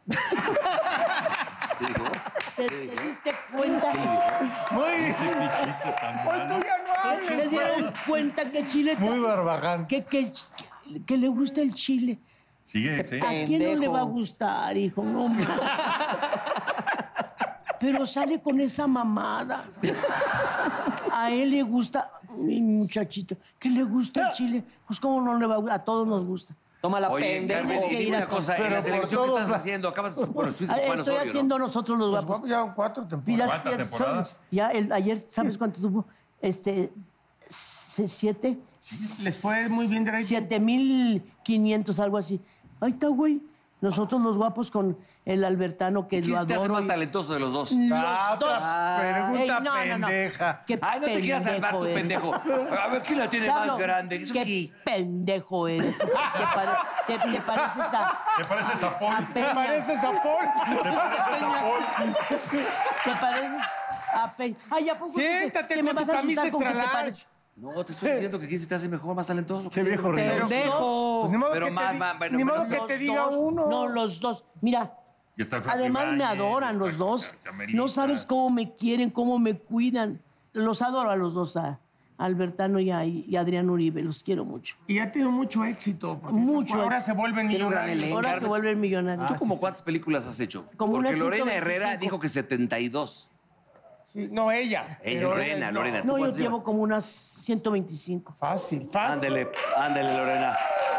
¿Te, te diste cuenta? Muy, Pues tú ya no hables, ¿Se dieron cuenta que chile muy tan- barbaján. que, que, que le gusta el chile? Sigue, sí. ¿A quién no le Pendejo. va a gustar, hijo? No, hombre. Pero sale con esa mamada. A a él le gusta, mi muchachito, que le gusta el chile. Pues cómo no le va a gustar, a todos nos gusta. Toma la Oye, pendejo. Carmen, Tienes que dime ir a una cosa. En pero la por televisión, ¿qué todos estás lados. haciendo? Acabas bueno, estuviste Ah, con Juan Estoy Osorio, haciendo ¿no? nosotros los Pues guapos. vamos ya cuatro Ya, temporadas. ¿Cuántas ya temporadas? soy- ya el- ayer, ¿sabes cuánto tuvo? Este, se- siete. Les fue muy bien de rating. Siete mil quinientos, algo así. Ahí está, güey. Nosotros los guapos con el Albertano, que ¿Quién lo se te hace adoro. más y- talentoso de los dos? Los Ah, dos. otra pregunta Ey, no, no, no. pendeja. Qué Ay, no te quieras salvar tu eres. pendejo. A ver, ¿quién la tiene Pablo, más grande? ¿Eso qué qué? pendejo eres. Te, pare- te- te pareces a... ¿Te pareces a Paul? a ¿Te Peña. pareces a Paul? ¿Te pareces a Paul? Te pareces a Peña. Ay, ¿a poco dices Siéntate que me con vas tu a camisa asustar con que extra te large. pareces? No, te estoy diciendo que quién se te hace mejor, más talentoso. Che viejo ridículo. Pendejo. Pues ni modo Pero que más, te, di- más, bueno, ni modo menos que Los te diga dos, uno. No, los dos. Mira, Y está el Flaco además me Ibáñez, adoran está los dos. Camerita. No sabes cómo me quieren, cómo me cuidan. Los adoro a los dos, a Albertano y a, y a Adrián Uribe. Los quiero mucho. Y ha tenido mucho éxito. porque Mucho Ahora éxito. se vuelven Tiene un gran millonarios. elenco. Ahora Carmen. se vuelven millonarios. ¿Tú como cuántas películas has hecho? Como Porque unas Lorena ciento Herrera veinticinco. dijo que setenta y dos. Sí, no, ella. Ella, Pero Lorena, él Lorena. ¿Tú No, yo cuántas llevo llevas? como unas ciento veinticinco. Fácil, fácil. Ándele, ándele, Lorena.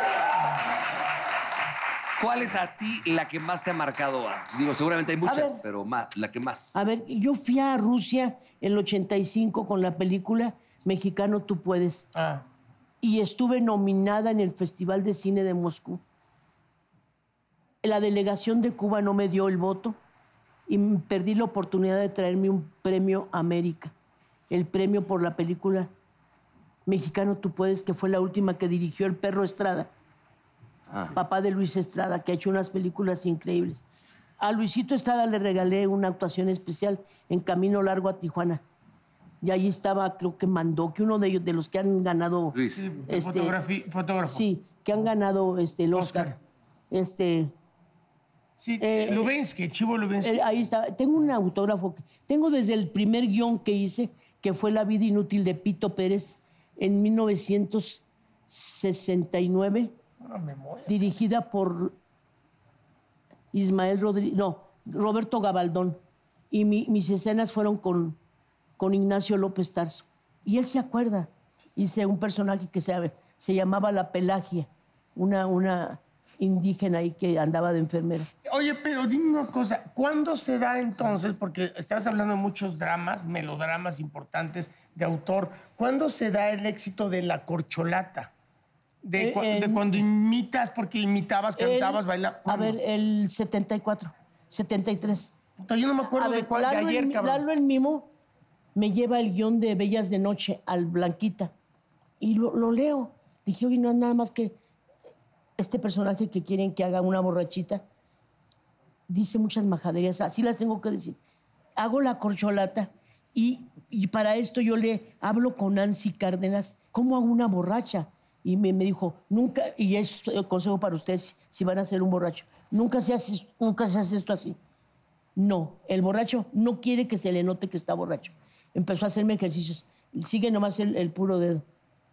¿Cuál es a ti la que más te ha marcado? Digo, seguramente hay muchas, ver. pero más, la que más. A ver, yo fui a Rusia en el ochenta y cinco con la película Mexicano Tú Puedes. Ah. Y estuve nominada en el Festival de Cine de Moscú. La delegación de Cuba no me dio el voto y m- perdí la oportunidad de traerme un premio América. El premio por la película Mexicano Tú Puedes, que fue la última que dirigió el Perro Estrada, papá de Luis Estrada, que ha hecho unas películas increíbles. A Luisito Estrada le regalé una actuación especial en Camino Largo a Tijuana. Y ahí estaba, creo que Mandoki, uno de ellos, de los que han ganado... Luis. Sí, Este, fotografi- fotógrafo. Sí, que han ganado este, el Oscar. Oscar. Este, Sí, Eh, Lubinsky, Chivo Lubinsky. eh, ahí está. Tengo un autógrafo. que- Tengo desde el primer guión que hice, que fue La vida inútil de Pito Pérez, en mil novecientos sesenta y nueve, Una memoria. dirigida por Ismael Rodríguez, no, Roberto Gabaldón. Y mi- mis escenas fueron con, con Ignacio López Tarso. Y él se acuerda. Hice un personaje que se, se llamaba La Pelagia, una, una indígena ahí que andaba de enfermera. Oye, pero dime una cosa, ¿cuándo se da entonces, porque estás hablando de muchos dramas, melodramas importantes de autor, ¿cuándo se da el éxito de La Corcholata? De, Eh, cu- de en- cuando imitas, porque imitabas, cantabas, El- bailabas. A ver, el setenta y cuatro, setenta y tres. Puta, yo no me acuerdo A ver, de, cuál, de Lalo ayer, el, cabrón. Lalo el Mimo me lleva el guión de Bellas de Noche al Blanquita y lo, lo leo. Dije, oye, no es nada más que este personaje que quieren que haga una borrachita. Dice muchas majaderías, así las tengo que decir. Hago La Corcholata y, y para esto yo le hablo con Nancy Cárdenas, ¿cómo hago una borracha? Y me, me dijo, nunca, y es eh, consejo para ustedes si van a ser un borracho, nunca se hace, nunca se hace esto así. No, el borracho no quiere que se le note que está borracho. Empezó a hacerme ejercicios. Sigue nomás el, el puro dedo.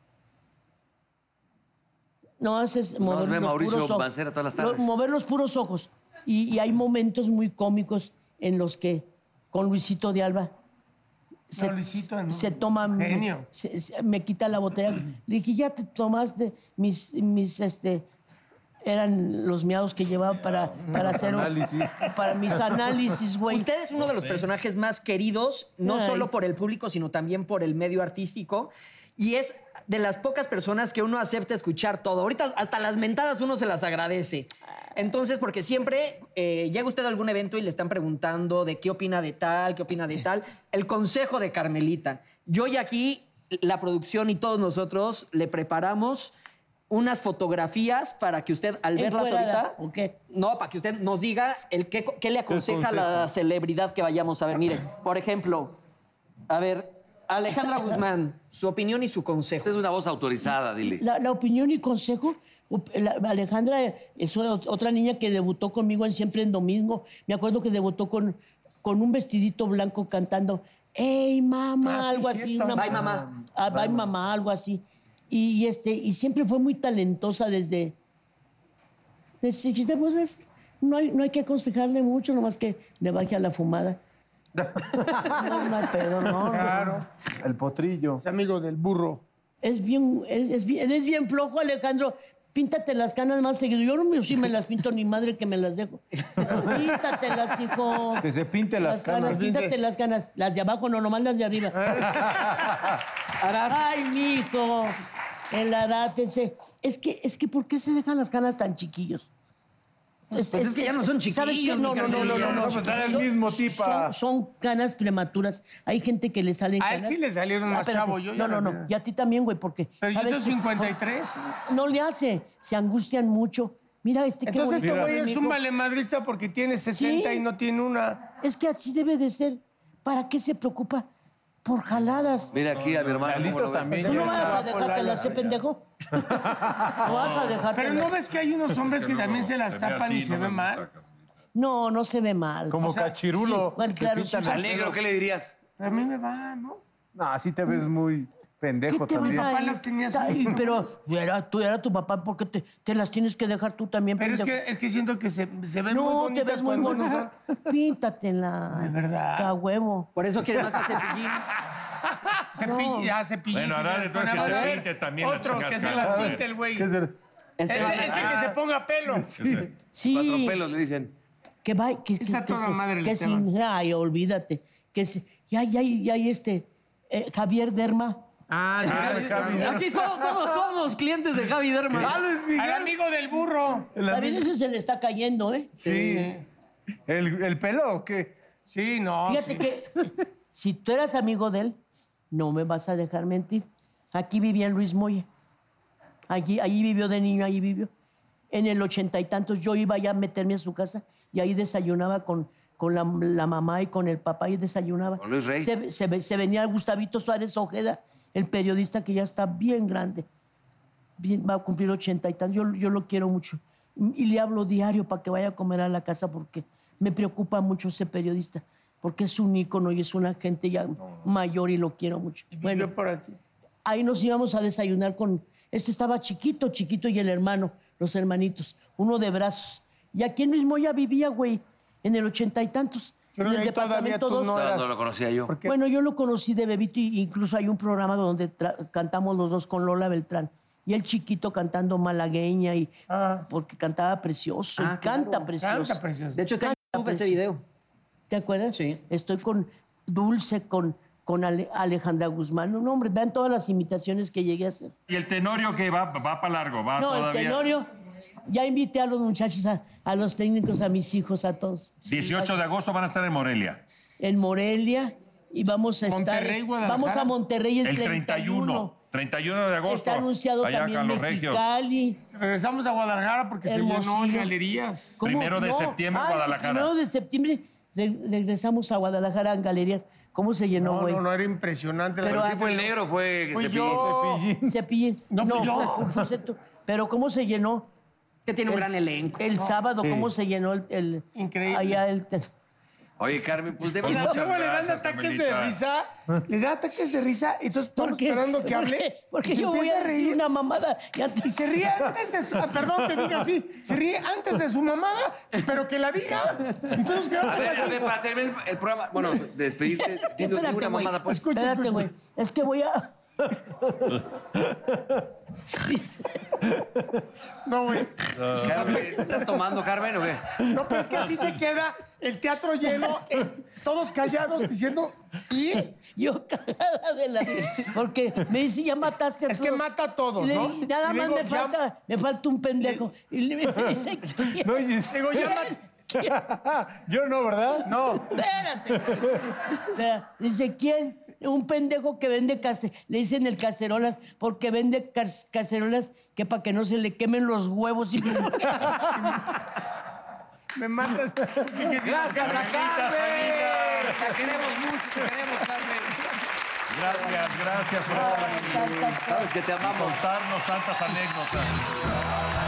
No haces mover ve los Mauricio puros ojos. Mancera todas las Lo- tardes. mover los puros ojos. Y, y hay momentos muy cómicos en los que con Luisito de Alba se, Luisito, ¿no? se toma... Genio. se- se- me quita la botella. Le dije, ya te tomaste mis... mis este, eran los miados que llevaba para, para hacer... un- Análisis. Para mis análisis, güey. Usted es uno de los personajes más queridos, no Ay. solo por el público, sino también por el medio artístico. Y es de las pocas personas que uno acepta escuchar todo. Ahorita hasta las mentadas uno se las agradece. Entonces, porque siempre eh, llega usted a algún evento y le están preguntando de qué opina de tal, qué opina de tal. El consejo de Carmelita. Yo y aquí, la producción y todos nosotros le preparamos unas fotografías para que usted, al verlas Encuerada, ahorita... ¿o qué? No, para que usted nos diga el qué, qué le aconseja a la consejo? celebridad que vayamos a ver. Mire, por ejemplo, a ver, Alejandra Guzmán, su opinión y su consejo. Usted es una voz autorizada, dile. La, la opinión y consejo, op- la- Alejandra es o- otra niña que debutó conmigo en Siempre en Domingo. Me acuerdo que debutó con, con un vestidito blanco cantando, ¡Ey, mamá! Ah, sí, algo así. cierto. Bye, mamá. Ah, bye, mamá, algo así. Y, y este, y siempre fue muy talentosa desde... desde chiquita, pues es- no, hay, no hay que aconsejarle mucho, nomás que le baje a la fumada. No, no hay pedo, no. Claro. El potrillo. Es amigo del burro. Es bien, es, es bien, eres bien flojo, Alejandro. Píntate las canas más seguido. Yo no me, sí me las pinto, ni madre que me las dejo. Píntatelas, hijo. Que se pinte las, canas. Píntate las canas. Las de abajo, no, nomás las de arriba. Ay, mijo. El arate ese. Es que, es que, ¿por qué se dejan las canas tan chiquillos? Pues es que ya no son ¿sabes qué? chiquillos, No, mi no, no, no, no, no. No, pues era el Son- mismo tipo. Son, son canas prematuras. Hay gente que le salen A él canas. sí le salieron más espérate. chavo, yo ya No, no, las no. veo. Y a ti también, güey, porque... Pero yo ¿sabes tengo qué? cincuenta y tres. No le hace. Se angustian mucho. Mira este qué Entonces este bonito, güey es un mijo. valemadrista porque tiene sesenta Sí. y no tiene una. Es que así debe de ser. ¿Para qué se preocupa? Por jaladas. Mira aquí a mi hermano. ¿cómo Lalito lo ves? también. ¿Tú ya no vas está. a dejártela ese pendejo? ¿No vas a dejártela? Pero no ves que hay unos hombres que también se las tapan y se ven mal. No, no se ve mal. Como O sea, cachirulo. sí, bueno, que claro, pintan sí, al- Al negro, ¿qué le dirías? A mí me va, ¿no? No, así te ves muy ¿Qué pendejo te van también. a papá ir? las tenía así. Ay, pero era, tú, era tu papá, porque te, te las tienes que dejar tú también, Pero es pendejo? que, es que siento que se, se ven muy No, te bonitas ves muy cuando no bonito. son- Píntatela. De verdad. A huevo. Por eso quieres más a Cepillín. Cepilli- ya cepillín. Bueno, ahora de todo que A se ver, pinte también la Otro chingas que se caras. las pinte el güey. ¿Qué es el- Este Ese, va a- ese que se ponga pelo. Sí. Cuatro pelos le dicen. Que va, que, que, Esa que toda se- madre el que Esteban. sin, ay, olvídate. Que se, ya, ya, ya hay este eh, Javier Derma. Ah, Aquí so- todos somos clientes de Javi Derma. ¡Ah, Luis Miguel! al amigo del burro. El También amigo- eso se le está cayendo, ¿eh? Sí. ¿El, el pelo o qué? Sí, no. Fíjate sí. que si tú eras amigo de él, no me vas a dejar mentir. Aquí vivía en Luis Moya. Allí, allí vivió de niño, allí vivió. En el ochenta y tantos yo iba ya a meterme a su casa y ahí desayunaba con, con la, la mamá y con el papá y desayunaba. Con Luis Rey. Se, se- se venía Gustavito Suárez Ojeda, el periodista que ya está bien grande. Bien, va a cumplir ochenta y tantos. Yo, yo lo quiero mucho. Y le hablo diario para que vaya a comer a la casa porque me preocupa mucho ese periodista. Porque es un ícono y es una gente ya mayor y lo quiero mucho. Bueno, Bueno, por aquí. ahí nos íbamos a desayunar con... Este estaba chiquito, chiquito, y el hermano, los hermanitos, uno de brazos. Y aquí en mismo ya vivía, güey, en el ochenta y tantos. Pero en el ahí todavía departamento tú dos. no No, eras- no lo conocía yo. ¿Por qué? Bueno, yo lo conocí de bebito y incluso hay un programa donde tra- cantamos los dos con Lola Beltrán. Y el chiquito cantando malagueña, y, Ah. porque cantaba precioso, y Ah, canta claro. precioso. Canta precioso. De hecho, está en Canta YouTube ese precioso. video. ¿Te acuerdas? Sí. Estoy con Dulce, con, con Ale- Alejandra Guzmán. No, hombre, vean todas las imitaciones que llegué a hacer. Y el tenorio que va, va para largo, va No, el todavía. Tenorio, ya invité a los muchachos, a, a los técnicos, a mis hijos, a todos. dieciocho de agosto van a estar en Morelia. En Morelia y vamos a estar... Monterrey, Guadalajara. Vamos a Monterrey el, El treinta y uno. treinta y uno de agosto. Está anunciado allá también a los Regios. Mexicali. Regresamos a Guadalajara porque se llenó en Hermosillo. galerías. ¿Cómo? Primero de septiembre, Ay, Guadalajara. Primero de septiembre re- regresamos a Guadalajara en galerías. ¿Cómo se llenó, No, güey? no, no, era impresionante. la Pero verdad. ¿Sí fue el negro? Fue Fui Cepillín? yo. Cepillín. No fui yo. fue Ceto. Pero ¿cómo se llenó? Es que tiene un gran elenco. El sábado, ¿cómo se llenó el... el- Increíble. Allá el... Oye, Carmen, pues de Y verdad. luego le dan gracias, ataques de Carmelita. risa. Le dan ataques de risa. Y entonces ¿Por estamos qué? esperando que ¿Por hable. qué? Porque y se yo voy empieza a decir una mamada. Ya te- Y se ríe antes de su... ah, Perdón que diga así. Se ríe antes de su mamada, pero que la diga. Entonces, ¿qué A vamos a ver, a hacer? ver, para terminar el programa. Bueno, despedirte. Dime Espérate, una güey. mamada, pues. Escucha, Espérate, escucha. güey. Es que voy a... No, güey. Carmen, ¿estás tomando, Carmen, o qué? No, pero es que así se queda el teatro lleno, eh, todos callados diciendo, ¿y? Yo cagada de la... Porque me dice, ya mataste a Es que todos. mata a todos, Y le- ¿no? y nada Y más digo, me, ya- falta, me falta un pendejo. Y le me dice, ¿quién? No, y- Digo, ya mat- ¿Quién? Yo no, ¿verdad? No, Espérate. güey. Espera, dice, ¿quién? Un pendejo que vende case... Le dicen el cacerolas porque vende cas- cacerolas que para que no se le quemen los huevos. Y... me matas. Gracias a Carmen. Te queremos mucho, te queremos, Carmen. Gracias, gracias por estar aquí. Sabes que te Y amamos. contarnos tantas anécdotas.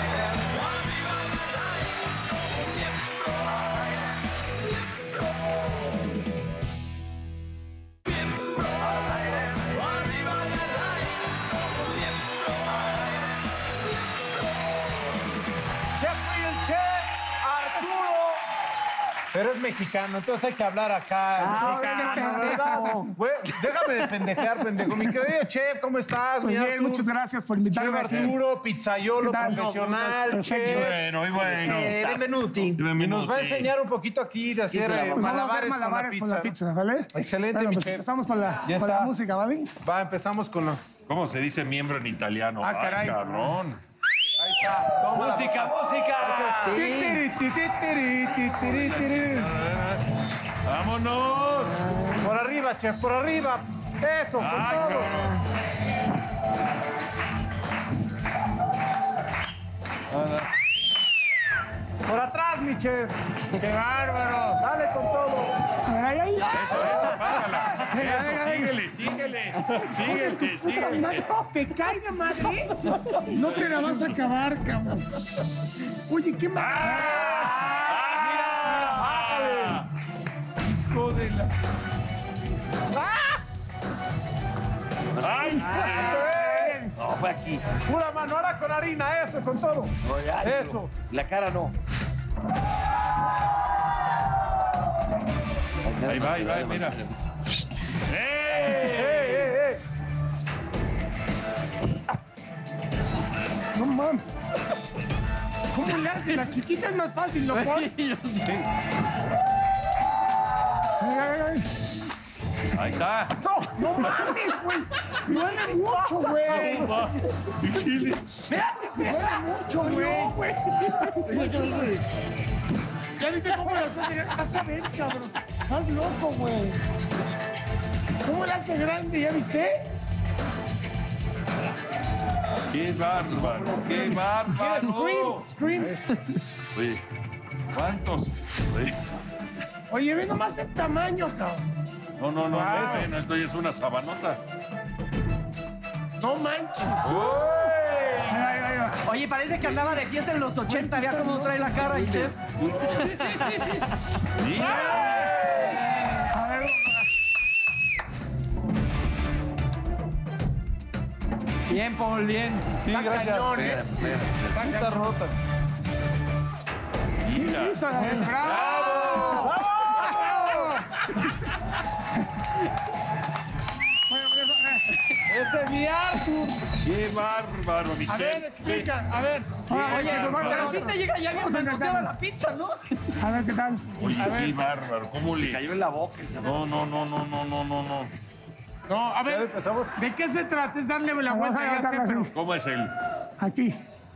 Se fue el Che Arturo Pero es mexicano, entonces hay que hablar acá. Ah, mexicano, qué pendejo. ¿verdad? Güey, déjame de pendejear, pendejo. Mi querido chef, ¿cómo estás? Muy Mi bien, Artur. muchas gracias por invitarme Chef aquí. Arturo, pizzaiolo ¿Qué tal? profesional, Perfecto. chef. Bueno, y bueno. Eh, benvenuti. Y nos va a enseñar un poquito aquí de hacer eh, Pues vamos a hacer malabares, malabares con la pizza. ¿vale? Excelente, Bueno, mi pues chef. empezamos con la, Ya con está. la música, ¿vale? Va, empezamos con lo... ¿Cómo se dice miembro en italiano? Ah, caray. Ay, cabrón. Ahí está. Toma la- ¡Música, música! Titiri, titiri, titiri, titiri. ¡Vámonos! Por arriba, chef, por arriba. Eso, con ¡Ay, todo. cabrón! Por atrás, mi chef. ¡Qué bárbaro! Dale con todo. Ay, ay, Eso, eso, párala. Venga, Eso, venga, síguele, síguele. Síguele, síguele. No te caiga, madre. No te la vas a acabar, cabrón. Oye, qué mal. ¡Ah! ¡Hijo de la... ¡Ay! No, fue aquí. Pura mano, ahora con harina, eso, con todo. No, ya, Eso. La cara no. Ahí va, ahí va, mira. ¡Eh! ¡Ey, ey, ey! No mames. ¿Cómo le haces? La chiquita es más fácil, loco. Ay, ay, ay. Ahí está. No, no mames, güey. Duele mucho, güey. Duele mucho, güey. ¿Ya viste cómo la hace? Vas a ver, cabrón. Estás loco, güey. ¿Cómo la hace grande? ¿Ya viste? ¡Qué bárbaro! ¡Qué bárbaro! Scream, scream. Oye, ¿cuántos? Oye, Oye, ve nomás el tamaño, cabrón. no, no, no, no, ese no, esto ya es una sabanota. No manches. ¡Uy! Ay, ay, ay. Oye, parece que andaba de fiesta en los ochenta. Vea cómo trae la cara el chef. A ver, Bien, Paul, bien. Sí, gracias. cañón, ¿eh? Está rota. Mira. Hizo la del bravo. ¡Bravo! Bueno, pues eso, eh. ¡Ese es mi Artur! ¡Qué bárbaro, A ver, Michelle! explica, a ver. Oye, nos va a pero dar sí otro. te llega ya bien Vamos a negociada empezar. la pizza, ¿no? A ver qué tal. Oye, A qué ver. bárbaro. ¿Cómo le...? Cayó en la boca. No, no, no, no, no, no, no, no. No, a ¿Ya ver. empezamos? ¿De qué se trata? Es darle la vuelta, ya sé, pero ¿Cómo es el...? aquí.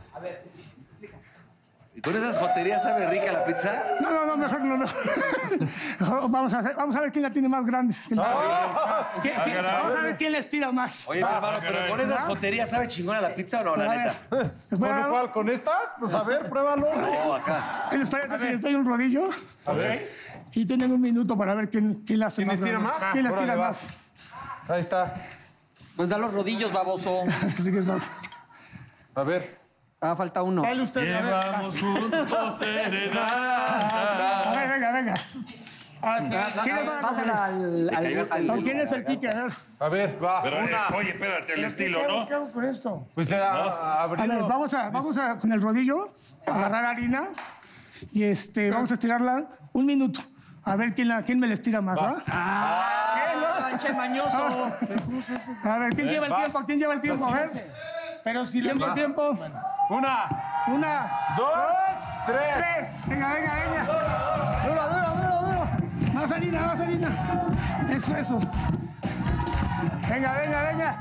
¿Y con esas joterías sabe rica la pizza? No, no, no, mejor no, mejor. Mejor vamos, a hacer, vamos a ver quién la tiene más grande. ¿Quién- quién- quién- caray. vamos a ver quién la estira más. Oye, mi hermano, pero caray. con esas joterías sabe chingona la pizza o no, la A ver, neta. ¿les voy a ¿Con dar- cuál? ¿Con estas? Pues a ver, pruébalo. No, acá. ¿Qué les parece si les doy un rodillo? A ver. Y tienen un minuto para ver quién, quién la hace ¿Quién más les tira grande. más? ¿Quién las Órale, tira va. más? Ahí está. Pues da los rodillos, baboso. Así que es más. A ver. Ah, falta uno. Dale usted, a ver. Llevamos juntos serenata. A ver, venga, venga. Ah, sí. ¿Quién les va a Pásala al... Le cayó al, hasta al- el- ¿Quién es el Kike? A ver. A ver, va. Pero, eh, Una. oye, espérate, el ¿Qué estilo, hago? ¿no? ¿Qué hago con esto? Pues a, a A ver, abrirlo. vamos a, vamos a con el rodillo, agarrar harina y este, vamos a estirarla un minuto. A ver quién, la, quién me la estira más, ¿va? Manche mañoso. A ver, ¿quién lleva el vas. tiempo? ¿Quién lleva el tiempo? A ver. Pero si tiempo, tiempo. Una, Una, dos, tres. tres. Venga, venga, venga. Duro, duro, duro, duro. Más harina, más harina. Eso, eso. Venga, venga, venga.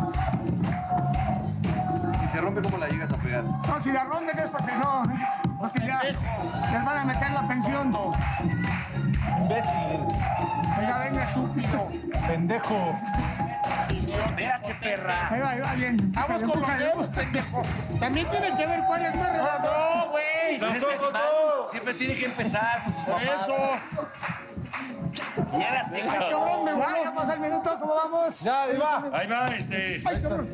Si se rompe, ¿cómo la llegas a pegar? No, si la rompen es porque no. Porque ya les van a meter la pensión. Imbécil. Venga, venga, estúpido. Pendejo. Espérate, perra. Ahí va, ahí va, bien. Vamos con los dedos, pendejo. También tiene que ver cuál es más redondo. No, güey. ¡Tampoco no! Siempre tiene que empezar. Pues, Por eso. Llévate, Ay, cabrón, me voy. Ya pasa el minuto, ¿cómo vamos? Ya, ahí va. Ahí va, este... Ay, cabrón.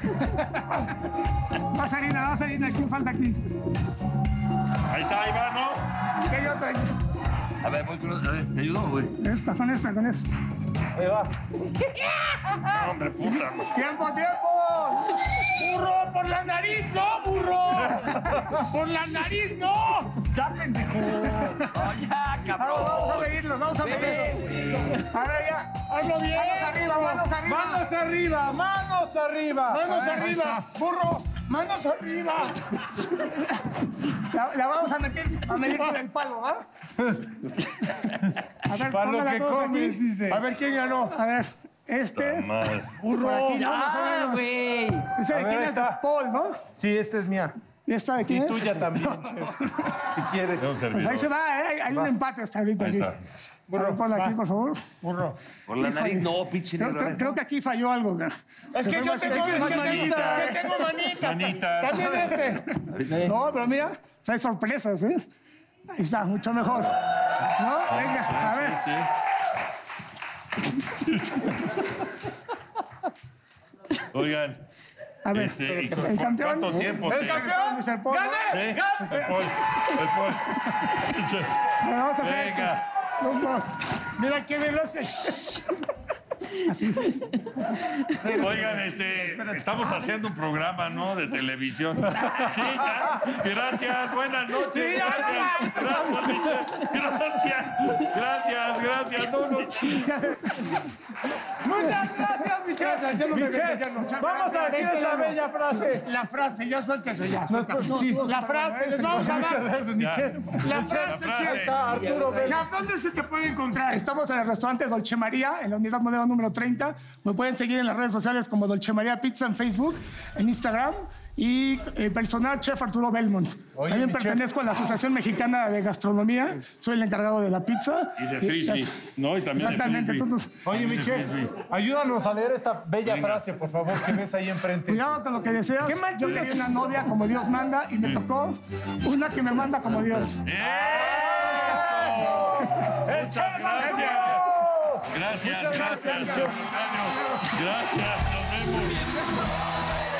Más harina, más harina. ¿Quién falta aquí? Ahí está, ahí va, ¿no? ¿Qué hay otra? A ver, voy con los- a ver, ¿te ayudo, güey? Esta, con esta, con esta. Ahí va. No, hombre, puta. ¡Tiempo, tiempo! ¡Burro! ¡Por la nariz, no, burro! ¡Por la nariz, no! ¡Ya, pendejo! ¡Oh, ya, cabrón! Vamos a medirlos, vamos a medirlos. A ver, ya, hazlo bien. Manos arriba, manos arriba. ¡Manos arriba! ¡Manos arriba! Manos arriba, burro. Manos arriba. La, la vamos a meter a medir con el palo, ¿va? A ver, Para lo pónganla que todos comes, aquí. dice. A ver quién ganó. A ver, este. Madre. Burro. Aquí, ¿no? Más o ¡Ah, menos. güey! Ese A de ver, quién ahí es de está. Paul, ¿no? Sí, esta es mía. ¿Y esta de Y quién es? tuya también, chef. Si quieres. Un Pues servidor. ahí se va, ¿eh? Hay, hay un empate hasta ahorita Ahí aquí. está. Burro, ponla aquí, por favor. Burro. Por la nariz, no, pinche Creo, negro. creo- creo que aquí falló algo. cara. Es que yo tengo, es que tengo, manitas. yo tengo manitas. Manitas. También este. No, pero mira, hay sorpresas, ¿eh? Ahí está, mucho mejor. ¿No? Venga, a ver. Oigan. A ver, Este, ¿y el cu- campeón. ¿Cuánto tiempo? El te- campeón. mister Paul, ¿no? ¿Sí? El Paul. El Paul. Bueno, vamos a hacer Venga. esto. Vamos. Mira qué veloces. Así. Oigan, este, estamos haciendo un programa, ¿no? De televisión. Sí, ya. Gracias, buenas noches. Gracias. Gracias, Michelle. Gracias. Gracias, gracias. No, no. Muchas gracias, Michelle. Ya no me Michelle, ya no. vamos a decir esta bella frase. La frase, ya suelta eso, ya. suelta. No, sí. La frase, les vamos a Muchas dar. gracias, Michelle. La La frase, frase. Chef. Está Arturo Vélez. Chef, ¿dónde se te puede encontrar? Estamos en el restaurante Dolce María, en la unidad modelo número treinta. Me pueden seguir en las redes sociales como Dolce María Pizza en Facebook, en Instagram. Y el personal chef Arturo Belmont. Oye, También mi chef. pertenezco a la Asociación Mexicana de Gastronomía. Soy el encargado de la pizza. Y de frisbee, ¿no? Y también de Exactamente. frisbee. Entonces, Oye, Michelle, ayúdanos a leer esta bella Venga. frase, por favor, que ves ahí enfrente. cuidado con lo que deseas. Yo quería una novia como Dios manda y me tocó una que me manda como Dios. Muchas gracias. Gracias, gracias. Gracias, gracias. Nos vemos.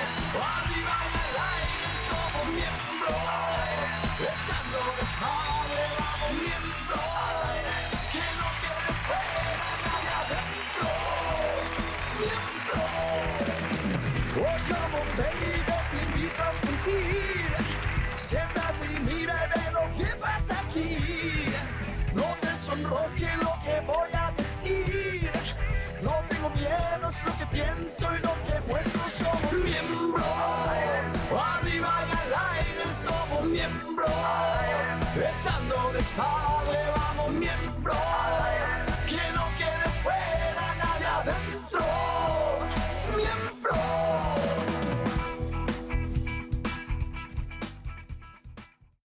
Oh, come on, baby, te invito a sentir. Siéntate y mira y ve lo que pasa aquí. No te sonroje lo que voy a decir. No tengo miedo, es lo que pienso y lo que muestro. Somos miembros. Arriba y al aire somos miembros. Echando desmadre, vamos miembros.